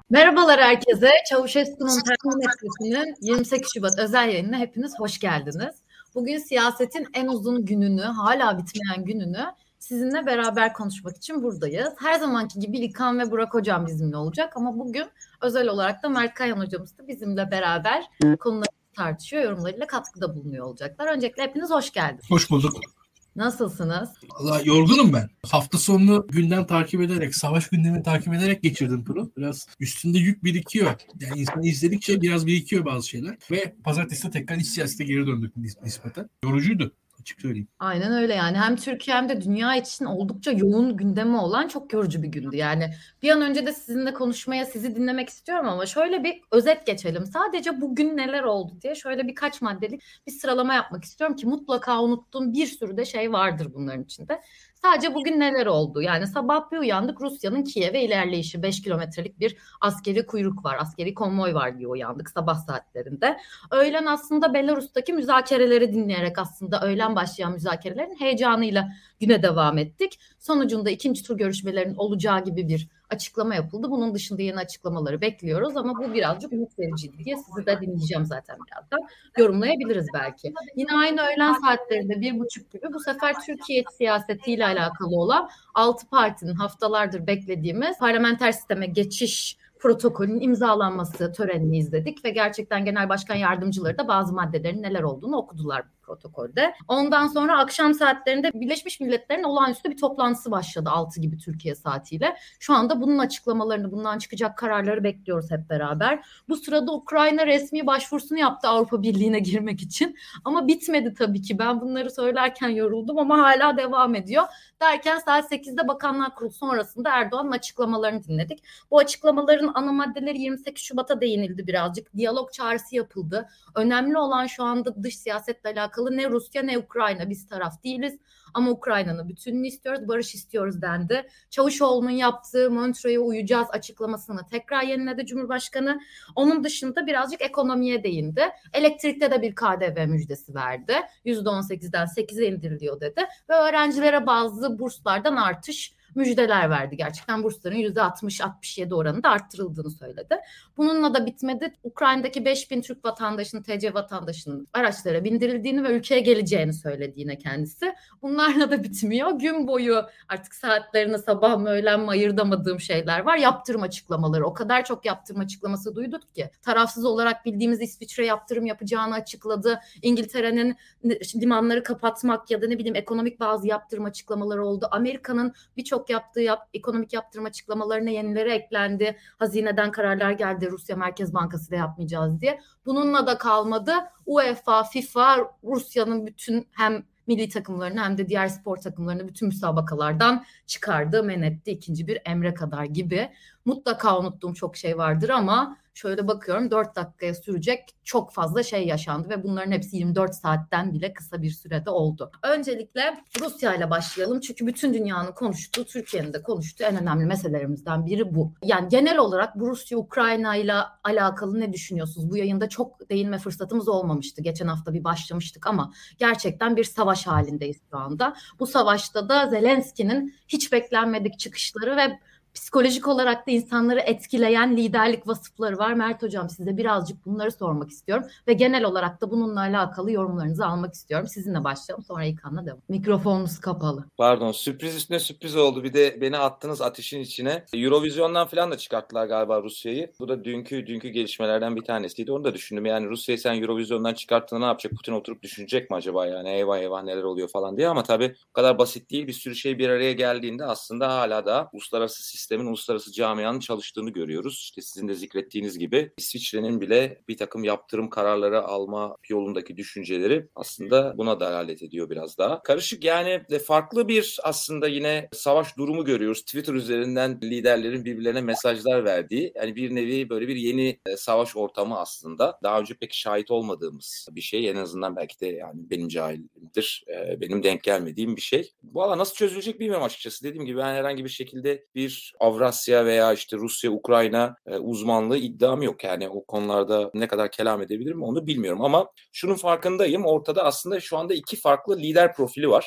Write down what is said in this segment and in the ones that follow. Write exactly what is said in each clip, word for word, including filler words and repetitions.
Merhabalar herkese. Çavuşesku'nun Termometresi'nin yirmi sekiz Şubat özel yayınına hepiniz hoş geldiniz. Bugün siyasetin en uzun gününü, hala bitmeyen gününü sizinle beraber konuşmak için buradayız. Her zamanki gibi İlkan ve Burak Hocam bizimle olacak ama bugün özel olarak da Mert Kayhan Hocamız da bizimle beraber konuları tartışıyor, yorumlarıyla katkıda bulunuyor olacaklar. Öncelikle hepiniz hoş geldiniz. Hoş bulduk. Nasılsınız? Valla yorgunum ben. Hafta sonunu gündem takip ederek, savaş gündemini takip ederek geçirdim Pırıl. Biraz üstünde yük birikiyor. Yani insan izledikçe biraz birikiyor bazı şeyler. Ve pazartesi de tekrar iç siyasete geri döndük nis- nispeten. Yorucuydu, açık söyleyeyim. Aynen öyle yani hem Türkiye hem de dünya için oldukça yoğun gündemi olan çok yorucu bir gündü. Yani bir an önce de sizinle konuşmaya, sizi dinlemek istiyorum ama şöyle bir özet geçelim. Sadece bugün neler oldu diye şöyle birkaç maddelik bir sıralama yapmak istiyorum ki mutlaka unuttuğum bir sürü de şey vardır bunların içinde. Sadece bugün neler oldu? Yani sabah bir uyandık, Rusya'nın Kiev'e ilerleyişi, beş kilometrelik bir askeri kuyruk var, askeri konvoy var diye uyandık sabah saatlerinde. Öğlen aslında Belarus'taki müzakereleri dinleyerek aslında öğlen başlayan müzakerelerin heyecanıyla güne devam ettik. Sonucunda ikinci tur görüşmelerinin olacağı gibi bir açıklama yapıldı. Bunun dışında yeni açıklamaları bekliyoruz ama bu birazcık umut vericiydi diye sizi de dinleyeceğim zaten birazdan. Yorumlayabiliriz belki. Yine aynı öğlen saatlerinde bir buçuk gibi bu sefer Türkiye siyasetiyle alakalı olan altı partinin haftalardır beklediğimiz parlamenter sisteme geçiş protokolün imzalanması törenini izledik ve gerçekten genel başkan yardımcıları da bazı maddelerin neler olduğunu okudular bu protokolde. Ondan sonra akşam saatlerinde Birleşmiş Milletler'in olağanüstü bir toplantısı başladı altı gibi Türkiye saatiyle. Şu anda bunun açıklamalarını, bundan çıkacak kararları bekliyoruz hep beraber. Bu sırada Ukrayna resmi başvurusunu yaptı Avrupa Birliği'ne girmek için. Ama bitmedi tabii ki. Ben bunları söylerken yoruldum ama hala devam ediyor. Derken saat sekizde Bakanlar Kurulu sonrasında Erdoğan'ın açıklamalarını dinledik. Bu açıklamaların ana maddeleri yirmi sekiz Şubat'a değinildi birazcık. Diyalog çağrısı yapıldı. Önemli olan şu anda dış siyasetle alakalı ne Rusya ne Ukrayna. Biz taraf değiliz ama Ukrayna'nın bütününü istiyoruz, barış istiyoruz dendi. Çavuşoğlu'nun yaptığı Montreux'e uyacağız açıklamasını tekrar yeniledi Cumhurbaşkanı. Onun dışında birazcık ekonomiye değindi. Elektrikte de bir K D V müjdesi verdi. yüzde on sekizden sekize indiriliyor dedi ve öğrencilere bazı burslardan artış müjdeler verdi. Gerçekten bursların yüzde altmış altmış yedi oranında arttırıldığını söyledi. Bununla da bitmedi. Ukrayna'daki beş bin Türk vatandaşının, T C vatandaşının araçlara bindirildiğini ve ülkeye geleceğini söyledi yine kendisi. Bunlarla da bitmiyor. Gün boyu artık saatlerini sabah mı öğlen mi ayırdamadığım şeyler var. Yaptırım açıklamaları. O kadar çok yaptırım açıklaması duyduk ki. Tarafsız olarak bildiğimiz İsviçre yaptırım yapacağını açıkladı. İngiltere'nin limanları kapatmak ya da ne bileyim ekonomik bazı yaptırım açıklamaları oldu. Amerika'nın birçok yaptığı yap, ekonomik yaptırım açıklamalarına yenileri eklendi. Hazineden kararlar geldi Rusya Merkez Bankası da yapmayacağız diye. Bununla da kalmadı. UEFA, FIFA, Rusya'nın bütün hem milli takımlarını hem de diğer spor takımlarını bütün müsabakalardan çıkardı, men etti. İkinci bir emre kadar gibi. Mutlaka unuttuğum çok şey vardır ama şöyle bakıyorum dört dakikaya sürecek çok fazla şey yaşandı ve bunların hepsi yirmi dört saatten bile kısa bir sürede oldu. Öncelikle Rusya ile başlayalım çünkü bütün dünyanın konuştuğu, Türkiye'nin de konuştuğu en önemli meselelerimizden biri bu. Yani genel olarak bu Rusya-Ukrayna ile alakalı ne düşünüyorsunuz? Bu yayında çok değinme fırsatımız olmamıştı. Geçen hafta bir başlamıştık ama gerçekten bir savaş halindeyiz şu anda. Bu savaşta da Zelenski'nin hiç beklenmedik çıkışları ve psikolojik olarak da insanları etkileyen liderlik vasıfları var. Mert Hocam size birazcık bunları sormak istiyorum. Ve genel olarak da bununla alakalı yorumlarınızı almak istiyorum. Sizinle başlayalım sonra İlkan'la devam. Mikrofonunuz kapalı. Pardon, sürpriz üstüne sürpriz oldu. Bir de beni attınız ateşin içine. Eurovision'dan falan da çıkarttılar galiba Rusya'yı. Bu da dünkü dünkü gelişmelerden bir tanesiydi. Onu da düşündüm. Yani Rusya'yı sen Eurovision'dan çıkarttığında ne yapacak? Putin oturup düşünecek mi acaba yani? Eyvah eyvah neler oluyor falan diye. Ama tabii bu kadar basit değil. Bir sürü şey bir araya geldiğinde aslında hala da uluslararası sistemin, uluslararası camianın çalıştığını görüyoruz. İşte sizin de zikrettiğiniz gibi İsviçre'nin bile bir takım yaptırım kararları alma yolundaki düşünceleri aslında buna dalalet ediyor biraz daha. Karışık yani farklı bir aslında yine savaş durumu görüyoruz. Twitter üzerinden liderlerin birbirlerine mesajlar verdiği, yani bir nevi böyle bir yeni savaş ortamı aslında. Daha önce pek şahit olmadığımız bir şey. En azından belki de yani benim cahilimdir, benim denk gelmediğim bir şey. Bu ala nasıl çözülecek bilmiyorum açıkçası. Dediğim gibi ben herhangi bir şekilde bir Avrasya veya işte Rusya, Ukrayna uzmanlığı iddiam yok. Yani o konularda ne kadar kelam edebilirim onu bilmiyorum ama şunun farkındayım. Ortada aslında şu anda iki farklı lider profili var.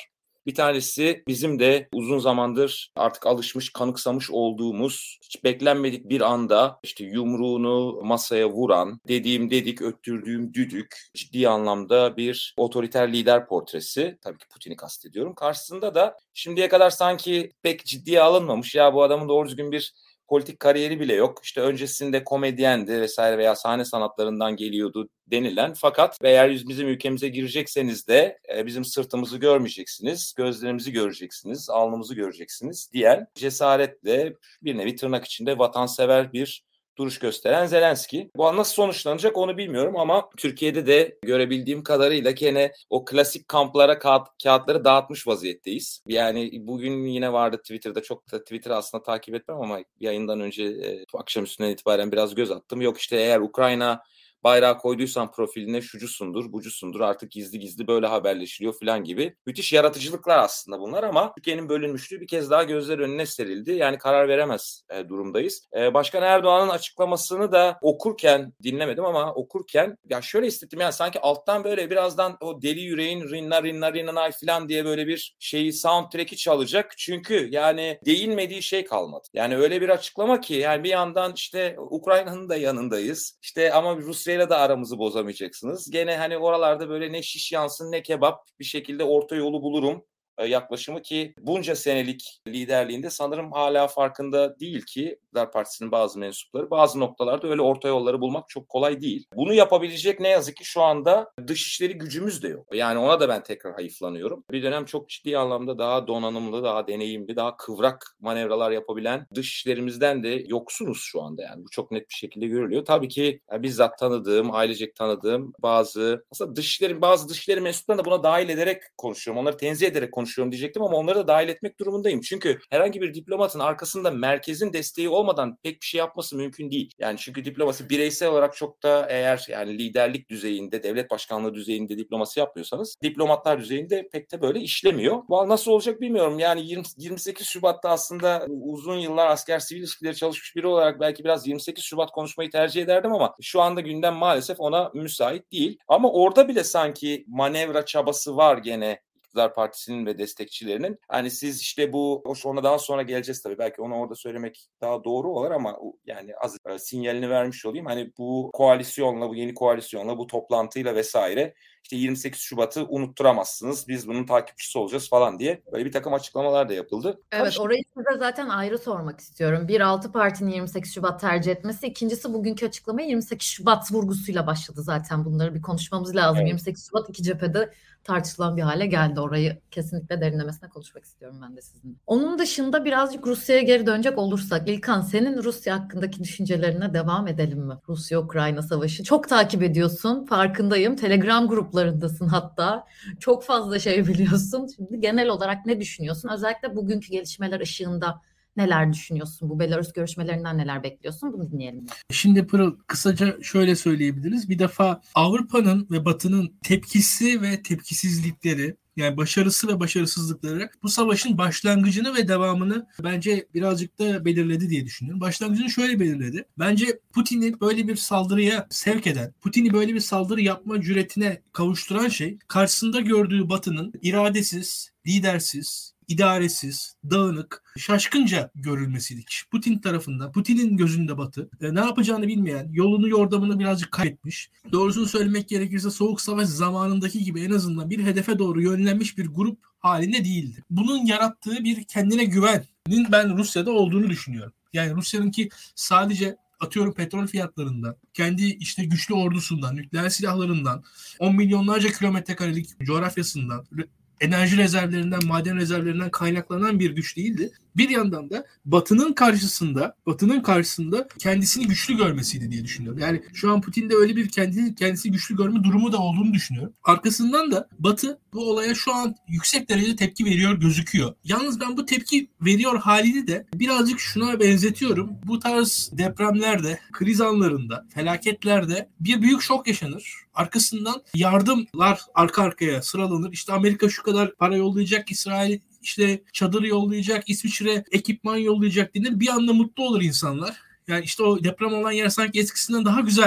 Bir tanesi bizim de uzun zamandır artık alışmış, kanıksamış olduğumuz, hiç beklenmedik bir anda işte yumruğunu masaya vuran, dediğim dedik, öttürdüğüm düdük, ciddi anlamda bir otoriter lider portresi. Tabii ki Putin'i kastediyorum. Karşısında da şimdiye kadar sanki pek ciddiye alınmamış, ya bu adamın doğru düzgün bir politik kariyeri bile yok, İşte öncesinde komedyendi vesaire veya sahne sanatlarından geliyordu denilen, fakat eğer bizim ülkemize girecekseniz de e, bizim sırtımızı görmeyeceksiniz, gözlerimizi göreceksiniz, alnımızı göreceksiniz diyen, cesaretle bir nevi tırnak içinde vatansever bir duruş gösteren Zelenski. Bu nasıl sonuçlanacak onu bilmiyorum ama Türkiye'de de görebildiğim kadarıyla gene o klasik kamplara kağıt, kağıtları dağıtmış vaziyetteyiz. Yani bugün yine vardı Twitter'da, çok da Twitter'ı aslında takip etmem ama yayından önce e, akşamüstünden itibaren biraz göz attım. Yok işte eğer Ukrayna bayrağı koyduysan profiline şucusundur, bucusundur, artık gizli gizli böyle haberleşiliyor falan gibi. Müthiş yaratıcılıklar aslında bunlar ama Türkiye'nin bölünmüşlüğü bir kez daha gözler önüne serildi. Yani karar veremez e, durumdayız. E, Başkan Erdoğan'ın açıklamasını da okurken dinlemedim ama okurken ya şöyle hissettim, yani sanki alttan böyle birazdan o deli yüreğin rinna rinna rinnanay falan diye böyle bir şeyi, soundtrack'i çalacak. Çünkü yani değinmediği şey kalmadı. Yani öyle bir açıklama ki yani bir yandan işte Ukrayna'nın da yanındayız. İşte ama Rusya ile de aramızı bozamayacaksınız. Gene hani oralarda böyle ne şiş yansın ne kebap, bir şekilde orta yolu bulurum yaklaşımı ki bunca senelik liderliğinde sanırım hala farkında değil ki İktidar Partisi'nin bazı mensupları bazı noktalarda öyle orta yolları bulmak çok kolay değil. Bunu yapabilecek ne yazık ki şu anda dışişleri gücümüz de yok. Yani ona da ben tekrar hayıflanıyorum. Bir dönem çok ciddi anlamda daha donanımlı, daha deneyimli, daha kıvrak manevralar yapabilen dışişlerimizden de yoksunuz şu anda yani. Bu çok net bir şekilde görülüyor. Tabii ki yani bizzat tanıdığım, ailecek tanıdığım bazı, aslında dışişlerin bazı dışişleri mensuplarını da buna dahil ederek konuşuyorum. Onları tenzih ederek konuşuyorum diyecektim ama onları da dahil etmek durumundayım. Çünkü herhangi bir diplomatın arkasında merkezin desteği olmadan pek bir şey yapması mümkün değil. Yani çünkü diplomasi bireysel olarak çok da, eğer yani liderlik düzeyinde, devlet başkanlığı düzeyinde diplomasi yapmıyorsanız, diplomatlar düzeyinde pek de böyle işlemiyor. Bu nasıl olacak bilmiyorum. Yani yirmi, yirmi sekiz Şubat'ta aslında uzun yıllar asker sivil ilişkileri çalışmış biri olarak belki biraz yirmi sekiz Şubat konuşmayı tercih ederdim ama şu anda gündem maalesef ona müsait değil. Ama orada bile sanki manevra çabası var gene İktidar Partisi'nin ve destekçilerinin. Hani siz işte bu, o sonra daha sonra geleceğiz tabii. Belki onu orada söylemek daha doğru olur ama yani az e, sinyalini vermiş olayım. Hani bu koalisyonla, bu yeni koalisyonla, bu toplantıyla vesaire işte yirmi sekiz Şubat'ı unutturamazsınız, biz bunun takipçisi olacağız falan diye böyle bir takım açıklamalar da yapıldı. Evet, Karışık. orayı size zaten ayrı sormak istiyorum. Bir, altı partinin yirmi sekiz Şubat tercih etmesi. İkincisi, bugünkü açıklamaya yirmi sekiz Şubat vurgusuyla başladı zaten. Bunları bir konuşmamız lazım. Evet. yirmi sekiz Şubat iki cephede tartışılan bir hale geldi. Orayı kesinlikle derinlemesine konuşmak istiyorum ben de sizinle. Onun dışında birazcık Rusya'ya geri dönecek olursak, İlkan, senin Rusya hakkındaki düşüncelerine devam edelim mi? Rusya-Ukrayna savaşı. Çok takip ediyorsun, farkındayım. Telegram gruplarındasın hatta. Çok fazla şey biliyorsun. Şimdi genel olarak ne düşünüyorsun? Özellikle bugünkü gelişmeler ışığında neler düşünüyorsun? Bu Belarus görüşmelerinden neler bekliyorsun? Bunu dinleyelim. Şimdi Pırıl, kısaca şöyle söyleyebiliriz. Bir defa Avrupa'nın ve Batı'nın tepkisi ve tepkisizlikleri, yani başarısı ve başarısızlıkları bu savaşın başlangıcını ve devamını bence birazcık da belirledi diye düşünüyorum. Başlangıcını şöyle belirledi. Bence Putin'i böyle bir saldırıya sevk eden, Putin'i böyle bir saldırı yapma cüretine kavuşturan şey, karşısında gördüğü Batı'nın iradesiz, lidersiz, idaresiz, dağınık, şaşkınca görülmesiydi. Putin tarafından, Putin'in gözünde Batı e, ne yapacağını bilmeyen, yolunu yordamını birazcık kaybetmiş. Doğrusunu söylemek gerekirse Soğuk Savaş zamanındaki gibi en azından bir hedefe doğru yönlenmiş bir grup halinde değildi. Bunun yarattığı bir kendine güvenin ben Rusya'da olduğunu düşünüyorum. Yani Rusya'nınki sadece atıyorum petrol fiyatlarından, kendi işte güçlü ordusundan, nükleer silahlarından, on milyonlarca kilometre karelik coğrafyasından, enerji rezervlerinden, maden rezervlerinden kaynaklanan bir güç değildi. Bir yandan da Batı'nın karşısında, Batı'nın karşısında kendisini güçlü görmesiydi diye düşünüyorum. Yani şu an Putin'de öyle bir kendisi, kendisi güçlü görme durumu da olduğunu düşünüyorum. Arkasından da Batı bu olaya şu an yüksek derecede tepki veriyor gözüküyor. Yalnız ben bu tepki veriyor halini de birazcık şuna benzetiyorum. Bu tarz depremlerde, kriz anlarında, felaketlerde bir büyük şok yaşanır. Arkasından yardımlar arka arkaya sıralanır. İşte Amerika şu kadar para yollayacak, İsrail işte çadır yollayacak, İsviçre ekipman yollayacak denir. Bir anda mutlu olur insanlar. Yani işte o deprem olan yer sanki eskisinden daha güzel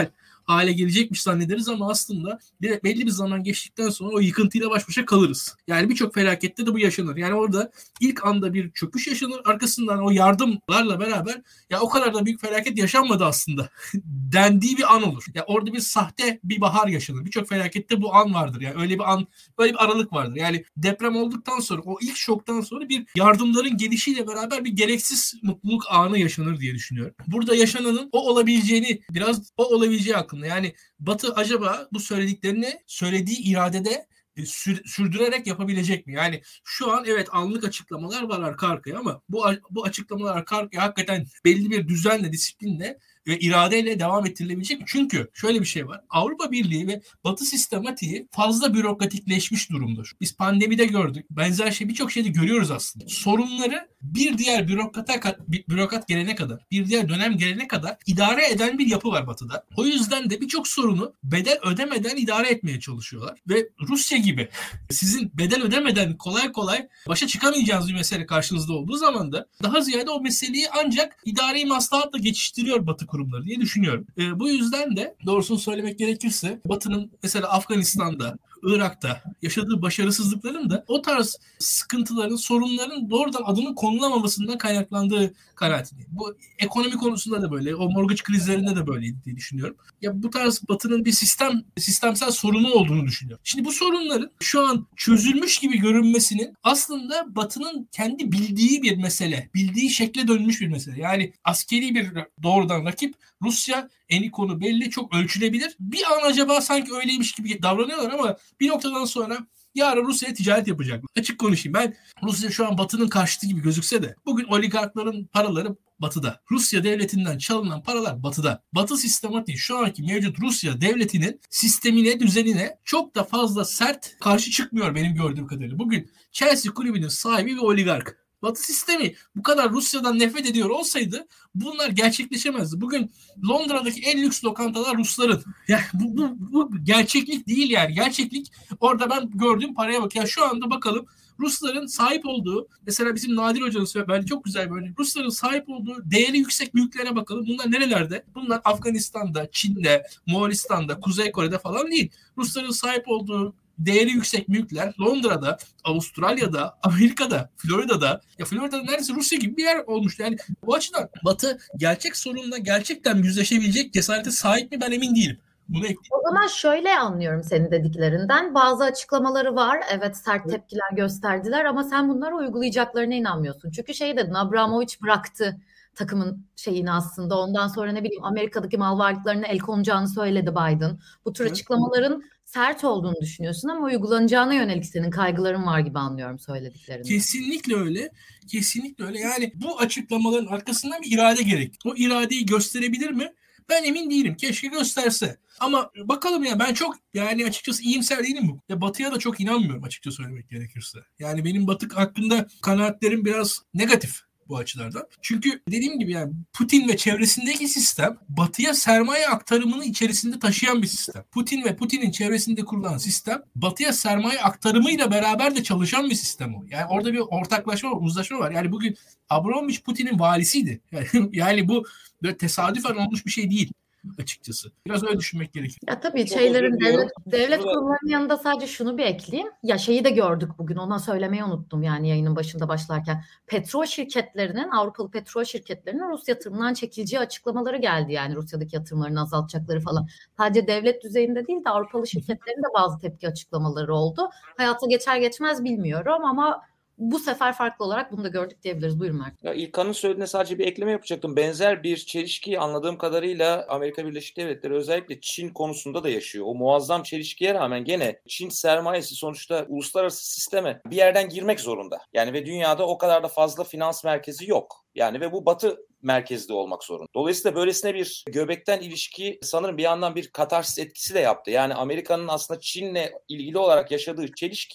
hale gelecekmiş zannederiz ama aslında belli bir zaman geçtikten sonra o yıkıntıyla baş başa kalırız. Yani birçok felakette de bu yaşanır. Yani orada ilk anda bir çöküş yaşanır. Arkasından o yardımlarla beraber ya o kadar da büyük felaket yaşanmadı aslında dendiği bir an olur. Ya orada bir sahte bir bahar yaşanır. Birçok felakette bu an vardır. Yani öyle bir an, böyle bir aralık vardır. Yani deprem olduktan sonra, o ilk şoktan sonra bir yardımların gelişiyle beraber bir gereksiz mutluluk anı yaşanır diye düşünüyorum. Burada yaşananın o olabileceğini, biraz o olabileceği hakkında. Yani Batı acaba bu söylediklerini söylediği iradede Sür, sürdürerek yapabilecek mi? Yani şu an evet anlık açıklamalar var arka arkaya ama bu bu açıklamalar arka arkaya hakikaten belli bir düzenle, disiplinle ve iradeyle devam ettirilebilecek mi? Çünkü şöyle bir şey var. Avrupa Birliği ve Batı sistematiği fazla bürokratikleşmiş durumdur. Biz pandemide gördük. Benzer şey birçok şeyde görüyoruz aslında. Sorunları bir diğer bürokrata bürokrat gelene kadar, bir diğer dönem gelene kadar idare eden bir yapı var Batı'da. O yüzden de birçok sorunu bedel ödemeden idare etmeye çalışıyorlar. Ve Rusya gibi sizin bedel ödemeden kolay kolay başa çıkamayacağınız bir mesele karşınızda olduğu zaman da daha ziyade o meseleyi ancak idari maslahatla geçiştiriyor Batı kurumları diye düşünüyorum. E, bu yüzden de doğrusunu söylemek gerekirse Batı'nın mesela Afganistan'da, Irak'ta yaşadığı başarısızlıkların da o tarz sıkıntıların, sorunların doğrudan adının konulamamasından kaynaklandığı kanaatindeyim. Bu ekonomi konusunda da böyle, o mortgage krizlerinde de böyleydi diye düşünüyorum. Ya bu tarz Batı'nın bir sistem sistemsel sorunu olduğunu düşünüyorum. Şimdi bu sorunların şu an çözülmüş gibi görünmesinin aslında Batı'nın kendi bildiği bir mesele, bildiği şekle dönmüş bir mesele. Yani askeri bir doğrudan rakip Rusya, en konu belli, çok ölçülebilir. Bir an acaba sanki öyleymiş gibi davranıyorlar ama bir noktadan sonra yarın Rusya'ya ticaret yapacaklar. Açık konuşayım, ben Rusya şu an Batı'nın karşıtı gibi gözükse de bugün oligarkların paraları Batı'da. Rusya devletinden çalınan paralar Batı'da. Batı sistematiği şu anki mevcut Rusya devletinin sistemine, düzenine çok da fazla sert karşı çıkmıyor benim gördüğüm kadarıyla. Bugün Chelsea kulübünün sahibi bir oligark. Batı sistemi bu kadar Rusya'dan nefret ediyor olsaydı bunlar gerçekleşemezdi. Bugün Londra'daki en lüks lokantalar Rusların. Yani bu, bu, bu gerçeklik değil yani. Gerçeklik orada ben gördüğüm paraya bak. Ya şu anda bakalım Rusların sahip olduğu, mesela bizim Nadir Hoca'nın söylediği bence çok güzel böyle. Rusların sahip olduğu değeri yüksek mülklere bakalım. Bunlar nerelerde? Bunlar Afganistan'da, Çin'de, Moğolistan'da, Kuzey Kore'de falan değil. Rusların sahip olduğu değeri yüksek mülkler Londra'da, Avustralya'da, Amerika'da, Florida'da, ya Florida'da neredeyse Rusya gibi bir yer olmuş. Yani bu açıdan Batı gerçek sorunla gerçekten yüzleşebilecek cesarete sahip mi ben emin değilim. Bunu ekleyeyim. O zaman şöyle anlıyorum senin dediklerinden. Bazı açıklamaları var. Evet, sert tepkiler gösterdiler ama sen bunları uygulayacaklarına inanmıyorsun. Çünkü şey dedin, Abramovich bıraktı takımın şeyini aslında. Ondan sonra ne bileyim Amerika'daki mal varlıklarına el konacağını söyledi Biden. Bu tür Evet. açıklamaların sert olduğunu düşünüyorsun ama uygulanacağına yönelik senin kaygıların var gibi anlıyorum söylediklerinden. Kesinlikle öyle. Kesinlikle öyle. Yani bu açıklamaların arkasından bir irade gerek. O iradeyi gösterebilir mi? Ben emin değilim. Keşke gösterse. Ama bakalım ya, ben çok yani açıkçası iyimser değilim bu. Ya Batı'ya da çok inanmıyorum açıkça söylemek gerekirse. Yani benim Batı hakkında kanaatlerim biraz negatif bu açılardan. Çünkü dediğim gibi yani Putin ve çevresindeki sistem Batı'ya sermaye aktarımını içerisinde taşıyan bir sistem. Putin ve Putin'in çevresinde kurulan sistem Batı'ya sermaye aktarımıyla beraber de çalışan bir sistem o. Yani orada bir ortaklaşma var, uzlaşma var. Yani bugün Abramovich Putin'in valisiydi. Yani, yani bu böyle tesadüfen olmuş bir şey değil açıkçası. Biraz öyle düşünmek gerekiyor. Ya tabii Çok şeylerin özür diliyorum. devlet, devlet Şurada- kurumlarının yanında sadece şunu bir ekleyeyim. Ya şeyi de gördük bugün, ona söylemeyi unuttum yani yayının başında başlarken. Petrol şirketlerinin, Avrupalı petrol şirketlerinin Rus yatırımından çekileceği açıklamaları geldi yani Rusya'daki yatırımlarını azaltacakları falan. Sadece devlet düzeyinde değil de Avrupalı şirketlerin de bazı tepki açıklamaları oldu. Hayata geçer geçmez bilmiyorum ama bu sefer farklı olarak bunu da gördük diyebiliriz. Buyurun Mert. Ya İlkan'ın söylediğine sadece bir ekleme yapacaktım. Benzer bir çelişkiyi anladığım kadarıyla Amerika Birleşik Devletleri özellikle Çin konusunda da yaşıyor. O muazzam çelişkiye rağmen gene Çin sermayesi sonuçta uluslararası sisteme bir yerden girmek zorunda. Yani ve dünyada o kadar da fazla finans merkezi yok. Yani ve bu Batı merkezli olmak zorunda. Dolayısıyla böylesine bir göbekten ilişki sanırım bir yandan bir katarsis etkisi de yaptı. Yani Amerika'nın aslında Çin'le ilgili olarak yaşadığı çelişkiyi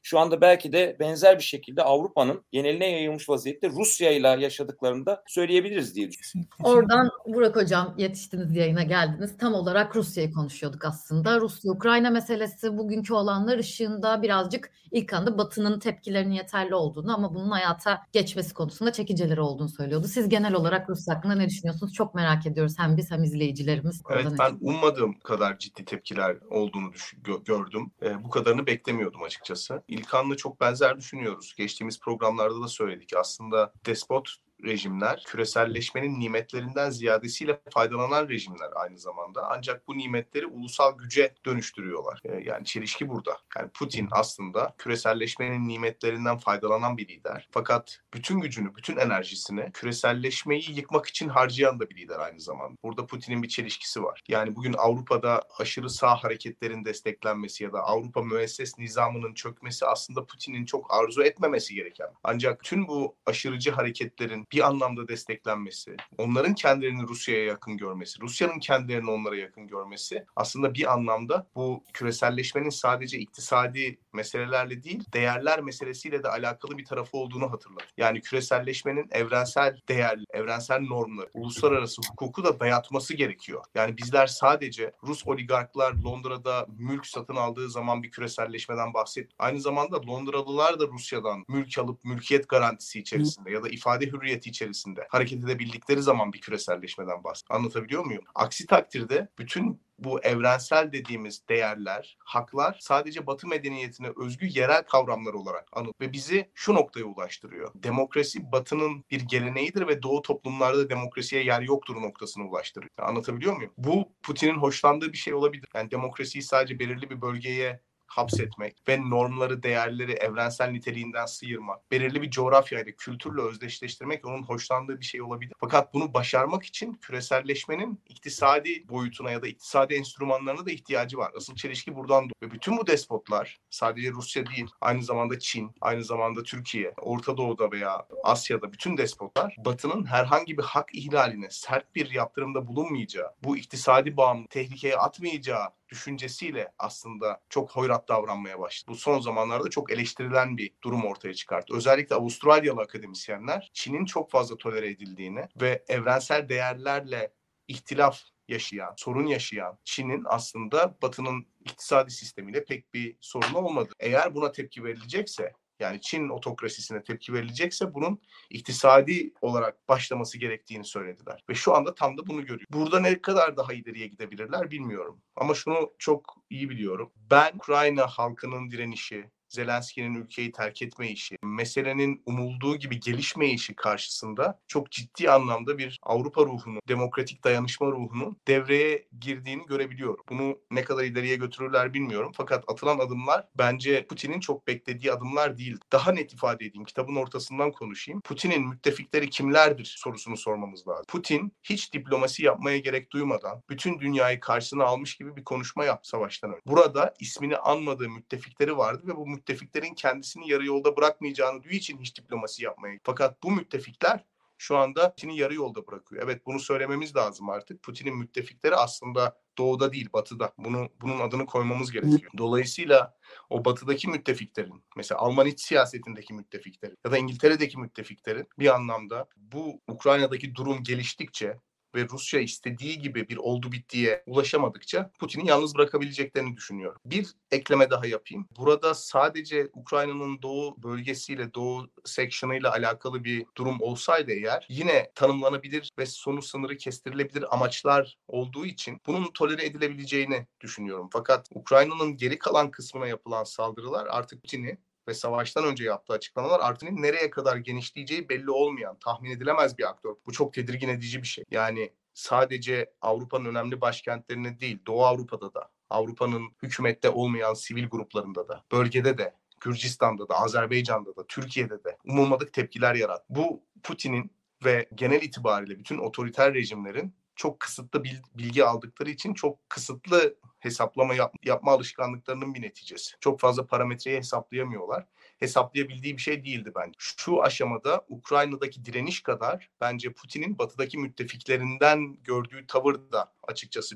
şu anda belki de benzer bir şekilde Avrupa'nın geneline yayılmış vaziyette Rusya ile yaşadıklarını da söyleyebiliriz diye düşünüyorum. Oradan Burak Hocam yetiştiniz, yayına geldiniz. Tam olarak Rusya'yı konuşuyorduk aslında. Rusya-Ukrayna meselesi bugünkü olanlar ışığında birazcık ilk anda Batı'nın tepkilerinin yeterli olduğunu ama bunun hayata geçmesi konusunda çekinceleri olduğunu söylüyordu. Siz genel olarak Rusya hakkında ne düşünüyorsunuz? Çok merak ediyoruz hem biz hem izleyicilerimiz. Evet, ben ummadığım kadar ciddi tepkiler olduğunu düş- gö- gördüm. E, bu kadarını beklemiyordum açıkçası. İlkan'la çok benzer düşünüyoruz. Geçtiğimiz programlarda da söyledik. Aslında despot rejimler küreselleşmenin nimetlerinden ziyadesiyle faydalanan rejimler aynı zamanda. Ancak bu nimetleri ulusal güce dönüştürüyorlar. Ee, yani çelişki burada. Yani Putin aslında küreselleşmenin nimetlerinden faydalanan bir lider. Fakat bütün gücünü, bütün enerjisini küreselleşmeyi yıkmak için harcayan da bir lider aynı zamanda. Burada Putin'in bir çelişkisi var. Yani bugün Avrupa'da aşırı sağ hareketlerin desteklenmesi ya da Avrupa müesses nizamının çökmesi aslında Putin'in çok arzu etmemesi gereken. Ancak tüm bu aşırıcı hareketlerin bir anlamda desteklenmesi, onların kendilerini Rusya'ya yakın görmesi, Rusya'nın kendilerini onlara yakın görmesi aslında bir anlamda bu küreselleşmenin sadece iktisadi meselelerle değil, değerler meselesiyle de alakalı bir tarafı olduğunu hatırlar. Yani küreselleşmenin evrensel değerli, evrensel normları, uluslararası hukuku da dayatması gerekiyor. Yani bizler sadece Rus oligarklar Londra'da mülk satın aldığı zaman bir küreselleşmeden bahsediyoruz. Aynı zamanda Londralılar da Rusya'dan mülk alıp mülkiyet garantisi içerisinde ya da ifade hürriyeti içerisinde hareket edebildikleri zaman bir küreselleşmeden bahsediyor. Anlatabiliyor muyum? Aksi takdirde bütün bu evrensel dediğimiz değerler, haklar sadece Batı medeniyetine özgü yerel kavramlar olarak anılıyor ve bizi şu noktaya ulaştırıyor. Demokrasi Batı'nın bir geleneğidir ve Doğu toplumlarda demokrasiye yer yoktur noktasına ulaştırıyor. Anlatabiliyor muyum? Bu Putin'in hoşlandığı bir şey olabilir. Yani demokrasiyi sadece belirli bir bölgeye hapsetmek ve normları, değerleri evrensel niteliğinden sıyırmak, belirli bir coğrafyayla, kültürle özdeşleştirmek onun hoşlandığı bir şey olabilir. Fakat bunu başarmak için küreselleşmenin iktisadi boyutuna ya da iktisadi enstrümanlarına da ihtiyacı var. Asıl çelişki buradan doğuyor. Ve bütün bu despotlar, sadece Rusya değil, aynı zamanda Çin, aynı zamanda Türkiye, Orta Doğu'da veya Asya'da bütün despotlar Batı'nın herhangi bir hak ihlaline sert bir yaptırımda bulunmayacağı, bu iktisadi bağımlılığı tehlikeye atmayacağı düşüncesiyle aslında çok hoyrat davranmaya başladı. Bu son zamanlarda çok eleştirilen bir durum ortaya çıkarttı. Özellikle Avustralyalı akademisyenler Çin'in çok fazla tolere edildiğini ve evrensel değerlerle ihtilaf yaşayan, sorun yaşayan Çin'in aslında Batı'nın iktisadi sistemiyle pek bir sorunu olmadı. Eğer buna tepki verilecekse, yani Çin otokrasisine tepki verilecekse bunun iktisadi olarak başlaması gerektiğini söylediler. Ve şu anda tam da bunu görüyor. Burada ne kadar daha ileriye gidebilirler bilmiyorum. Ama şunu çok iyi biliyorum. Ben Ukrayna halkının direnişi, Zelenski'nin ülkeyi terk etme işi, meselenin umulduğu gibi gelişme işi karşısında çok ciddi anlamda bir Avrupa ruhunu, demokratik dayanışma ruhunun devreye girdiğini görebiliyorum. Bunu ne kadar ileriye götürürler bilmiyorum. Fakat atılan adımlar bence Putin'in çok beklediği adımlar değil. Daha net ifade edeyim, kitabın ortasından konuşayım. Putin'in müttefikleri kimlerdir sorusunu sormamız lazım. Putin hiç diplomasi yapmaya gerek duymadan bütün dünyayı karşısına almış gibi bir konuşma yaptı savaştan önce. Burada ismini anmadığı müttefikleri vardı ve bu müttefiklerin kendisini yarı yolda bırakmayacağını duyu için hiç diplomasi yapmaya. Fakat bu müttefikler şu anda Putin'i yarı yolda bırakıyor. Evet, bunu söylememiz lazım artık. Putin'in müttefikleri aslında doğuda değil, batıda. Bunu, bunun adını koymamız gerekiyor. Dolayısıyla o batıdaki müttefiklerin, mesela Alman iç siyasetindeki müttefiklerin ya da İngiltere'deki müttefiklerin bir anlamda bu Ukrayna'daki durum geliştikçe ve Rusya istediği gibi bir oldu bittiye ulaşamadıkça Putin'i yalnız bırakabileceklerini düşünüyorum. Bir ekleme daha yapayım. Burada sadece Ukrayna'nın doğu bölgesiyle, doğu section'ıyla alakalı bir durum olsaydı eğer yine tanımlanabilir ve sonu sınırı kestirilebilir amaçlar olduğu için bunun tolere edilebileceğini düşünüyorum. Fakat Ukrayna'nın geri kalan kısmına yapılan saldırılar artık Putin'i ve savaştan önce yaptığı açıklamalar Artin'in nereye kadar genişleyeceği belli olmayan, tahmin edilemez bir aktör. Bu çok tedirgin edici bir şey. Yani sadece Avrupa'nın önemli başkentlerinde değil, Doğu Avrupa'da da, Avrupa'nın hükümette olmayan sivil gruplarında da, bölgede de, Gürcistan'da da, Azerbaycan'da da, Türkiye'de de umulmadık tepkiler yarattı. Bu Putin'in ve genel itibariyle bütün otoriter rejimlerin çok kısıtlı bilgi aldıkları için çok kısıtlı hesaplama yap, yapma alışkanlıklarının bir neticesi. Çok fazla parametreyi hesaplayamıyorlar. Hesaplayabildiği bir şey değildi bence. Şu aşamada Ukrayna'daki direniş kadar bence Putin'in batıdaki müttefiklerinden gördüğü tavır da açıkçası bir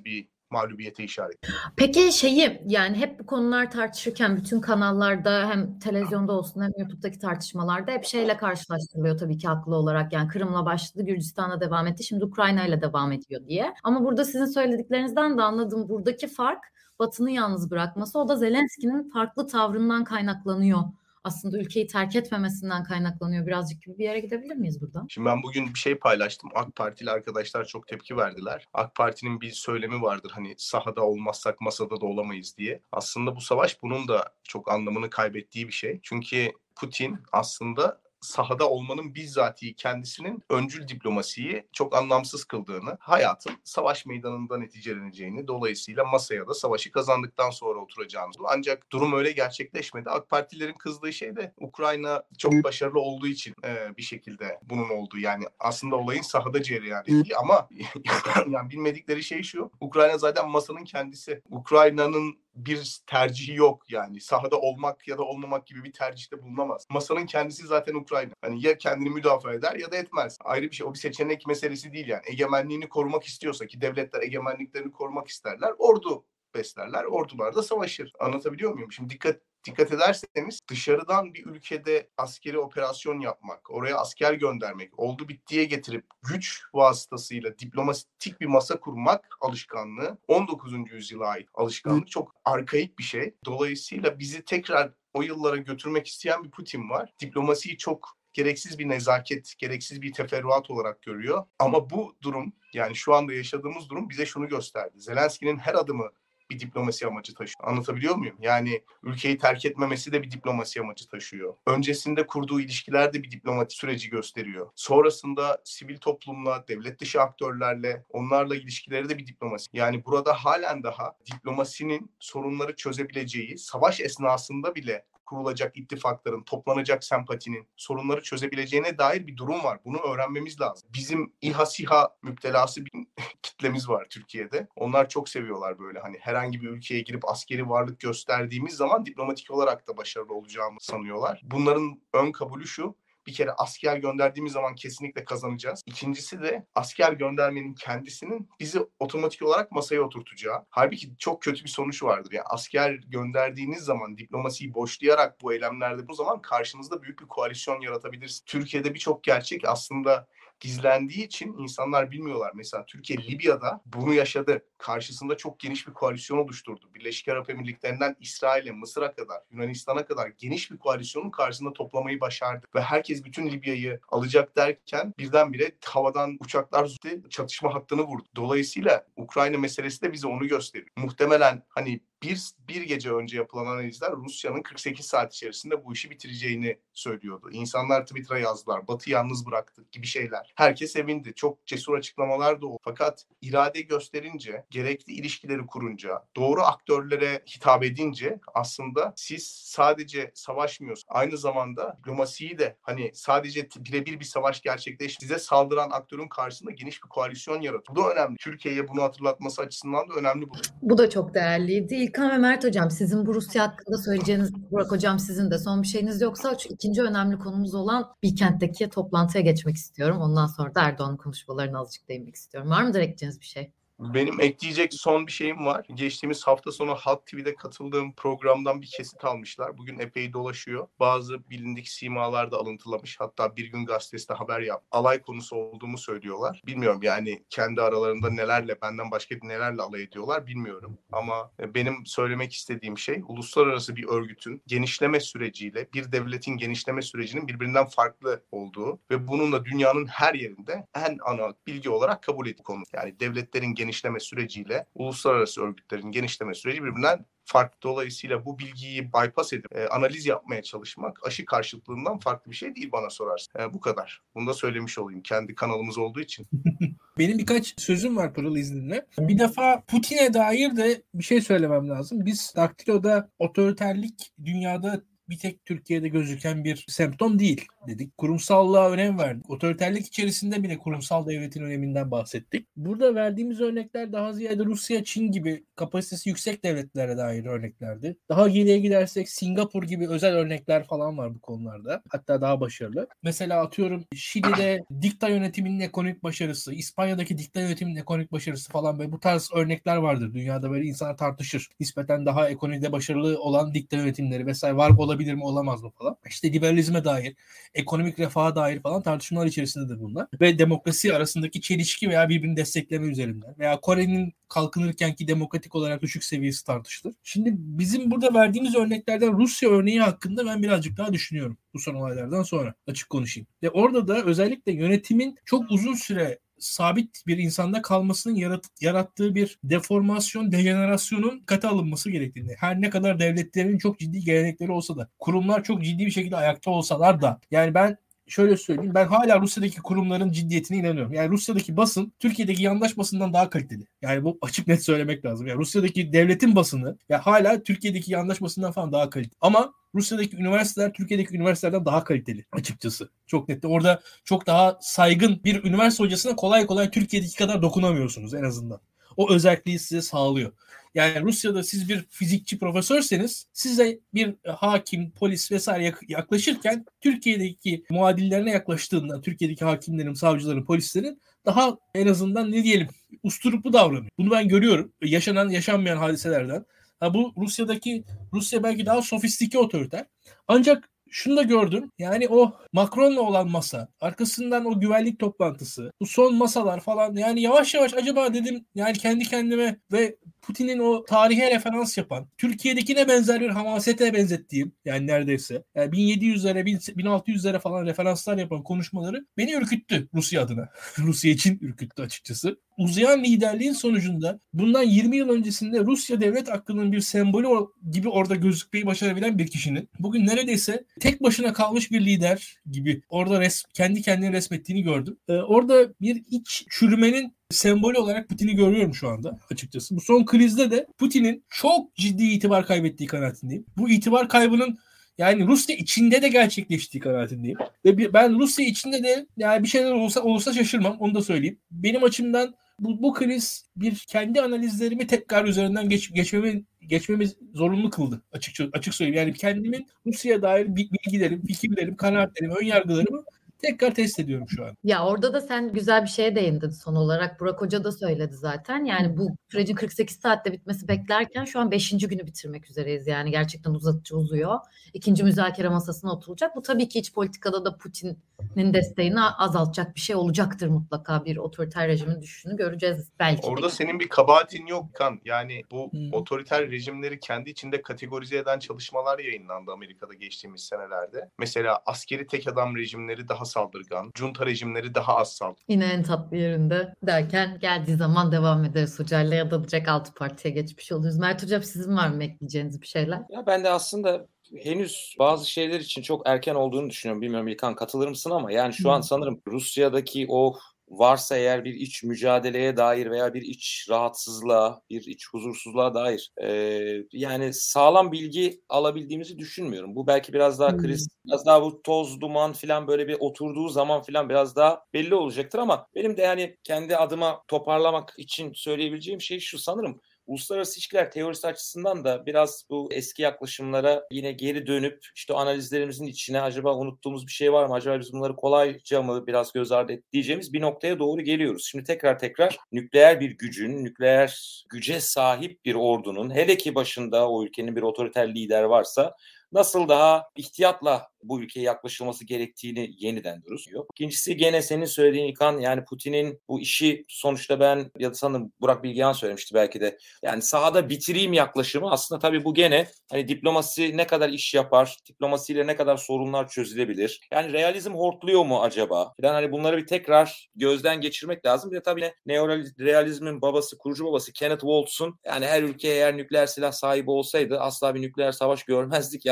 mağlubiyete işaret. Peki şeyi, yani hep bu konular tartışırken bütün kanallarda hem televizyonda olsun hem YouTube'daki tartışmalarda hep şeyle karşılaştırılıyor tabii ki haklı olarak. Yani Kırım'la başladı, Gürcistan'la devam etti, şimdi Ukrayna'yla devam ediyor diye. Ama burada sizin söylediklerinizden de anladığım buradaki fark Batı'nı yalnız bırakması. O da Zelenski'nin farklı tavrından kaynaklanıyor. Aslında ülkeyi terk etmemesinden kaynaklanıyor birazcık gibi bir yere gidebilir miyiz burada? Şimdi ben bugün bir şey paylaştım. AK Partili arkadaşlar çok tepki verdiler. AK Parti'nin bir söylemi vardır, hani sahada olmazsak masada da olamayız diye. Aslında bu savaş bunun da çok anlamını kaybettiği bir şey. Çünkü Putin aslında sahada olmanın bizzatihi kendisinin öncül diplomasiyi çok anlamsız kıldığını, hayatın savaş meydanında neticeleneceğini, dolayısıyla masaya da savaşı kazandıktan sonra oturacağını. Ancak durum öyle gerçekleşmedi. AK Partilerin kızdığı şey de Ukrayna çok başarılı olduğu için e, bir şekilde bunun olduğu. Yani aslında olayın sahada cereyan ettiği ama yani bilmedikleri şey şu: Ukrayna zaten masanın kendisi. Ukrayna'nın bir tercihi yok yani. Sahada olmak ya da olmamak gibi bir tercihte bulunamaz. Masanın kendisi zaten Ukrayna. Hani ya kendini müdafaa eder ya da etmez. Ayrı bir şey. O bir seçenek meselesi değil yani. Egemenliğini korumak istiyorsa, ki devletler egemenliklerini korumak isterler, ordu beslerler. Ordular da savaşır. Anlatabiliyor muyum? Şimdi dikkat Dikkat ederseniz dışarıdan bir ülkede askeri operasyon yapmak, oraya asker göndermek, oldu bittiye getirip güç vasıtasıyla diplomatik bir masa kurmak alışkanlığı on dokuzuncu yüzyıla ait alışkanlık, çok arkaik bir şey. Dolayısıyla bizi tekrar o yıllara götürmek isteyen bir Putin var. Diplomasiyi çok gereksiz bir nezaket, gereksiz bir teferruat olarak görüyor. Ama bu durum, yani şu anda yaşadığımız durum bize şunu gösterdi: Zelenski'nin her adımı bir diplomasi amacı taşıyor. Anlatabiliyor muyum? Yani ülkeyi terk etmemesi de bir diplomasi amacı taşıyor. Öncesinde kurduğu ilişkiler de bir diplomati süreci gösteriyor. Sonrasında sivil toplumla, devlet dışı aktörlerle, onlarla ilişkileri de bir diplomasi. Yani burada halen daha diplomasinin sorunları çözebileceği, savaş esnasında bile kurulacak ittifakların, toplanacak sempatinin sorunları çözebileceğine dair bir durum var. Bunu öğrenmemiz lazım. Bizim İHA SİHA müptelası bir kitlemiz var Türkiye'de. Onlar çok seviyorlar böyle, hani herhangi bir ülkeye girip askeri varlık gösterdiğimiz zaman diplomatik olarak da başarılı olacağımızı sanıyorlar. Bunların ön kabulü şu: bir kere asker gönderdiğimiz zaman kesinlikle kazanacağız. İkincisi de asker göndermenin kendisinin bizi otomatik olarak masaya oturtacağı. Halbuki çok kötü bir sonuç vardır. Yani asker gönderdiğiniz zaman, diplomasiyi boşlayarak bu eylemlerde, bu zaman karşınızda büyük bir koalisyon yaratabilirsiniz. Türkiye'de birçok gerçek aslında gizlendiği için insanlar bilmiyorlar. Mesela Türkiye Libya'da bunu yaşadı. Karşısında çok geniş bir koalisyon oluşturdu. Birleşik Arap Emirlikleri'nden İsrail'e, Mısır'a kadar, Yunanistan'a kadar geniş bir koalisyonun karşısında toplamayı başardı. Ve herkes bütün Libya'yı alacak derken birdenbire havadan uçaklar zıttı, çatışma hattını vurdu. Dolayısıyla Ukrayna meselesi de bize onu gösteriyor. Muhtemelen hani bir, bir gece önce yapılan analizler Rusya'nın kırk sekiz saat içerisinde bu işi bitireceğini söylüyordu. İnsanlar Twitter'a yazdılar, Batı yalnız bıraktık gibi şeyler. Herkes sevindi. Çok cesur açıklamalar da oldu. Fakat irade gösterince, gerekli ilişkileri kurunca, doğru aktörlere hitap edince aslında siz sadece savaşmıyorsunuz. Aynı zamanda diplomasiyi de, hani sadece birebir bir savaş gerçekleşti, size saldıran aktörün karşısında geniş bir koalisyon yaratıyor. Bu da önemli. Türkiye'ye bunu hatırlatması açısından da önemli bu. Bu da çok değerliydi. İlkan ve Mert hocam, sizin bu Rusya hakkında söyleyeceğiniz, Burak hocam sizin de son bir şeyiniz yoksa şu ikinci önemli konumuz olan Bilkent'teki toplantıya geçmek istiyorum. Ondan sonra da Erdoğan'ın konuşmalarına azıcık değinmek istiyorum. Var mıdır ekleyeceğiniz bir şey? Benim ekleyecek son bir şeyim var. Geçtiğimiz hafta sonu Halk T V'de katıldığım programdan bir kesit almışlar. Bugün epey dolaşıyor. Bazı bilindik simalar da alıntılamış. Hatta Bir Gün Gazetesi de haber yap. Alay konusu olduğumu söylüyorlar. Bilmiyorum yani kendi aralarında nelerle, benden başka nelerle alay ediyorlar bilmiyorum. Ama benim söylemek istediğim şey, uluslararası bir örgütün genişleme süreciyle bir devletin genişleme sürecinin birbirinden farklı olduğu ve bununla dünyanın her yerinde en ana bilgi olarak kabul ettiği konu. Yani devletlerin genişleme süreciyle uluslararası örgütlerin genişleme süreci birbirinden farklı. Dolayısıyla bu bilgiyi bypass edip e, analiz yapmaya çalışmak aşı karşıtlığından farklı bir şey değil bana sorarsın. E, bu kadar. Bunu da söylemiş olayım. Kendi kanalımız olduğu için. Benim birkaç sözüm var Pırıl izninle. Bir defa Putin'e dair de bir şey söylemem lazım. Biz Daktilo'da otoriterlik dünyada bir tek Türkiye'de gözüken bir semptom değil dedik. Kurumsallığa önem verdik. Otoriterlik içerisinde bile kurumsal devletin öneminden bahsettik. Burada verdiğimiz örnekler daha ziyade Rusya, Çin gibi kapasitesi yüksek devletlere dair örneklerdi. Daha geriye gidersek Singapur gibi özel örnekler falan var bu konularda. Hatta daha başarılı. Mesela atıyorum Şili'de dikta yönetiminin ekonomik başarısı, İspanya'daki dikta yönetiminin ekonomik başarısı falan böyle bu tarz örnekler vardır. Dünyada böyle insanlar tartışır. Nispeten daha ekonomide başarılı olan dikta yönetimleri vesaire var olabilir mi olamaz mı falan. İşte liberalizme dair, ekonomik refaha dair falan tartışmalar içerisindedir bunlar. Ve demokrasi arasındaki çelişki veya birbirini destekleme üzerinden veya Kore'nin kalkınırkenki demokratik olarak düşük seviyesi tartışılır. Şimdi bizim burada verdiğimiz örneklerden Rusya örneği hakkında ben birazcık daha düşünüyorum bu son olaylardan sonra. Açık konuşayım. Ve orada da özellikle yönetimin çok uzun süre sabit bir insanda kalmasının yarat- yarattığı bir deformasyon, dejenerasyonun dikkate alınması gerektiğini. Her ne kadar devletlerin çok ciddi gelenekleri olsa da, kurumlar çok ciddi bir şekilde ayakta olsalar da, yani ben şöyle söyleyeyim, ben hala Rusya'daki kurumların ciddiyetine inanıyorum. Yani Rusya'daki basın Türkiye'deki yandaş basından daha kaliteli. Yani bu açık net söylemek lazım. Yani Rusya'daki devletin basını ya hala Türkiye'deki yandaş basından falan daha kaliteli. Ama Rusya'daki üniversiteler Türkiye'deki üniversitelerden daha kaliteli açıkçası. Çok net. Orada çok daha saygın bir üniversite hocasına kolay kolay Türkiye'deki kadar dokunamıyorsunuz en azından. O özelliği size sağlıyor. Yani Rusya'da siz bir fizikçi profesörseniz size bir hakim, polis vesaire yaklaşırken Türkiye'deki muadillerine yaklaştığında Türkiye'deki hakimlerin, savcıların, polislerin daha en azından ne diyelim usturuplu davranıyor. Bunu ben görüyorum. Yaşanan, yaşanmayan hadiselerden. Ha, bu Rusya'daki Rusya belki daha sofistike otoriter. Ancak şunu da gördüm. Yani o Macron'la olan masa, arkasından o güvenlik toplantısı, bu son masalar falan, yani yavaş yavaş acaba dedim yani kendi kendime ve Putin'in o tarihe referans yapan, Türkiye'dekine benzer bir hamasete benzettiğim yani neredeyse yani bin yedi yüzlere, bin altı yüzlere falan referanslar yapan konuşmaları beni ürküttü Rusya adına. Rusya için ürküttü açıkçası. Uzayan liderliğin sonucunda bundan yirmi yıl öncesinde Rusya devlet aklının bir sembolü gibi orada gözükmeyi başarabilen bir kişinin bugün neredeyse tek başına kalmış bir lider gibi orada res, kendi kendini resmettiğini gördüm. Ee, orada bir iç çürümenin sembolü olarak Putin'i görüyorum şu anda açıkçası. Bu son krizde de Putin'in çok ciddi itibar kaybettiği kanaatindeyim. Bu itibar kaybının yani Rusya içinde de gerçekleştiği kanaatindeyim. Ve ben Rusya içinde de yani bir şeyler olursa olursa şaşırmam, onu da söyleyeyim. Benim açımdan bu, bu kriz bir kendi analizlerimi tekrar üzerinden geç, geçmemi geçmemi zorunlu kıldı açıkça açık söyleyeyim. Yani kendimin Rusya'ya dair bilgilerim, fikirlerim, kanaatlerim, ön yargılarımı tekrar test ediyorum şu an. Ya orada da sen güzel bir şeye değindin son olarak. Burak Hoca da söyledi zaten. Yani bu sürecin kırk sekiz saatte bitmesi beklerken şu an beşinci günü bitirmek üzereyiz. Yani gerçekten uzatıcı uzuyor. İkinci müzakere masasına oturulacak. Bu tabii ki iç politikada da Putin'in desteğini azaltacak bir şey olacaktır mutlaka. Bir otoriter rejimin düşüşünü göreceğiz belki. Orada senin bir kabahatin yok Kan. Yani bu Hmm. otoriter rejimleri kendi içinde kategorize eden çalışmalar yayınlandı Amerika'da geçtiğimiz senelerde. Mesela askeri tek adam rejimleri daha saldırgan, junta rejimleri daha az saldırgan. Yine en tatlı yerinde derken geldiği zaman devam ederiz hocayla ya da direkt altı partiye geçmiş oluruz. Mert Hocam sizin var mı ekleyeceğiniz bir şeyler? Ya ben de aslında henüz bazı şeyler için çok erken olduğunu düşünüyorum. Bilmiyorum İlkan katılır mısın ama yani şu an sanırım Rusya'daki o varsa eğer bir iç mücadeleye dair veya bir iç rahatsızlığa, bir iç huzursuzluğa dair e, yani sağlam bilgi alabildiğimizi düşünmüyorum. Bu belki biraz daha kriz, biraz daha bu toz, duman falan böyle bir oturduğu zaman falan biraz daha belli olacaktır ama benim de yani kendi adıma toparlamak için söyleyebileceğim şey şu sanırım. Uluslararası ilişkiler teorisi açısından da biraz bu eski yaklaşımlara yine geri dönüp işte analizlerimizin içine acaba unuttuğumuz bir şey var mı? Acaba biz bunları kolayca mı biraz göz ardı et diyeceğimiz bir noktaya doğru geliyoruz. Şimdi tekrar tekrar nükleer bir gücün, nükleer güce sahip bir ordunun hele ki başında o ülkenin bir otoriter lider varsa nasıl daha ihtiyatla bu ülkeye yaklaşılması gerektiğini yeniden duruyor. İkincisi gene senin söylediğin İlkan yani Putin'in bu işi sonuçta ben ya da sanırım Burak Bilgehan söylemişti belki de yani sahada bitireyim yaklaşımı aslında tabii bu gene hani diplomasi ne kadar iş yapar, diplomasiyle ne kadar sorunlar çözülebilir. Yani realizm hortluyor mu acaba? Yani hani bunları bir tekrar gözden geçirmek lazım. Bir de tabii neorealizmin babası, kurucu babası Kenneth Waltz'un yani her ülke eğer nükleer silah sahibi olsaydı asla bir nükleer savaş görmezdik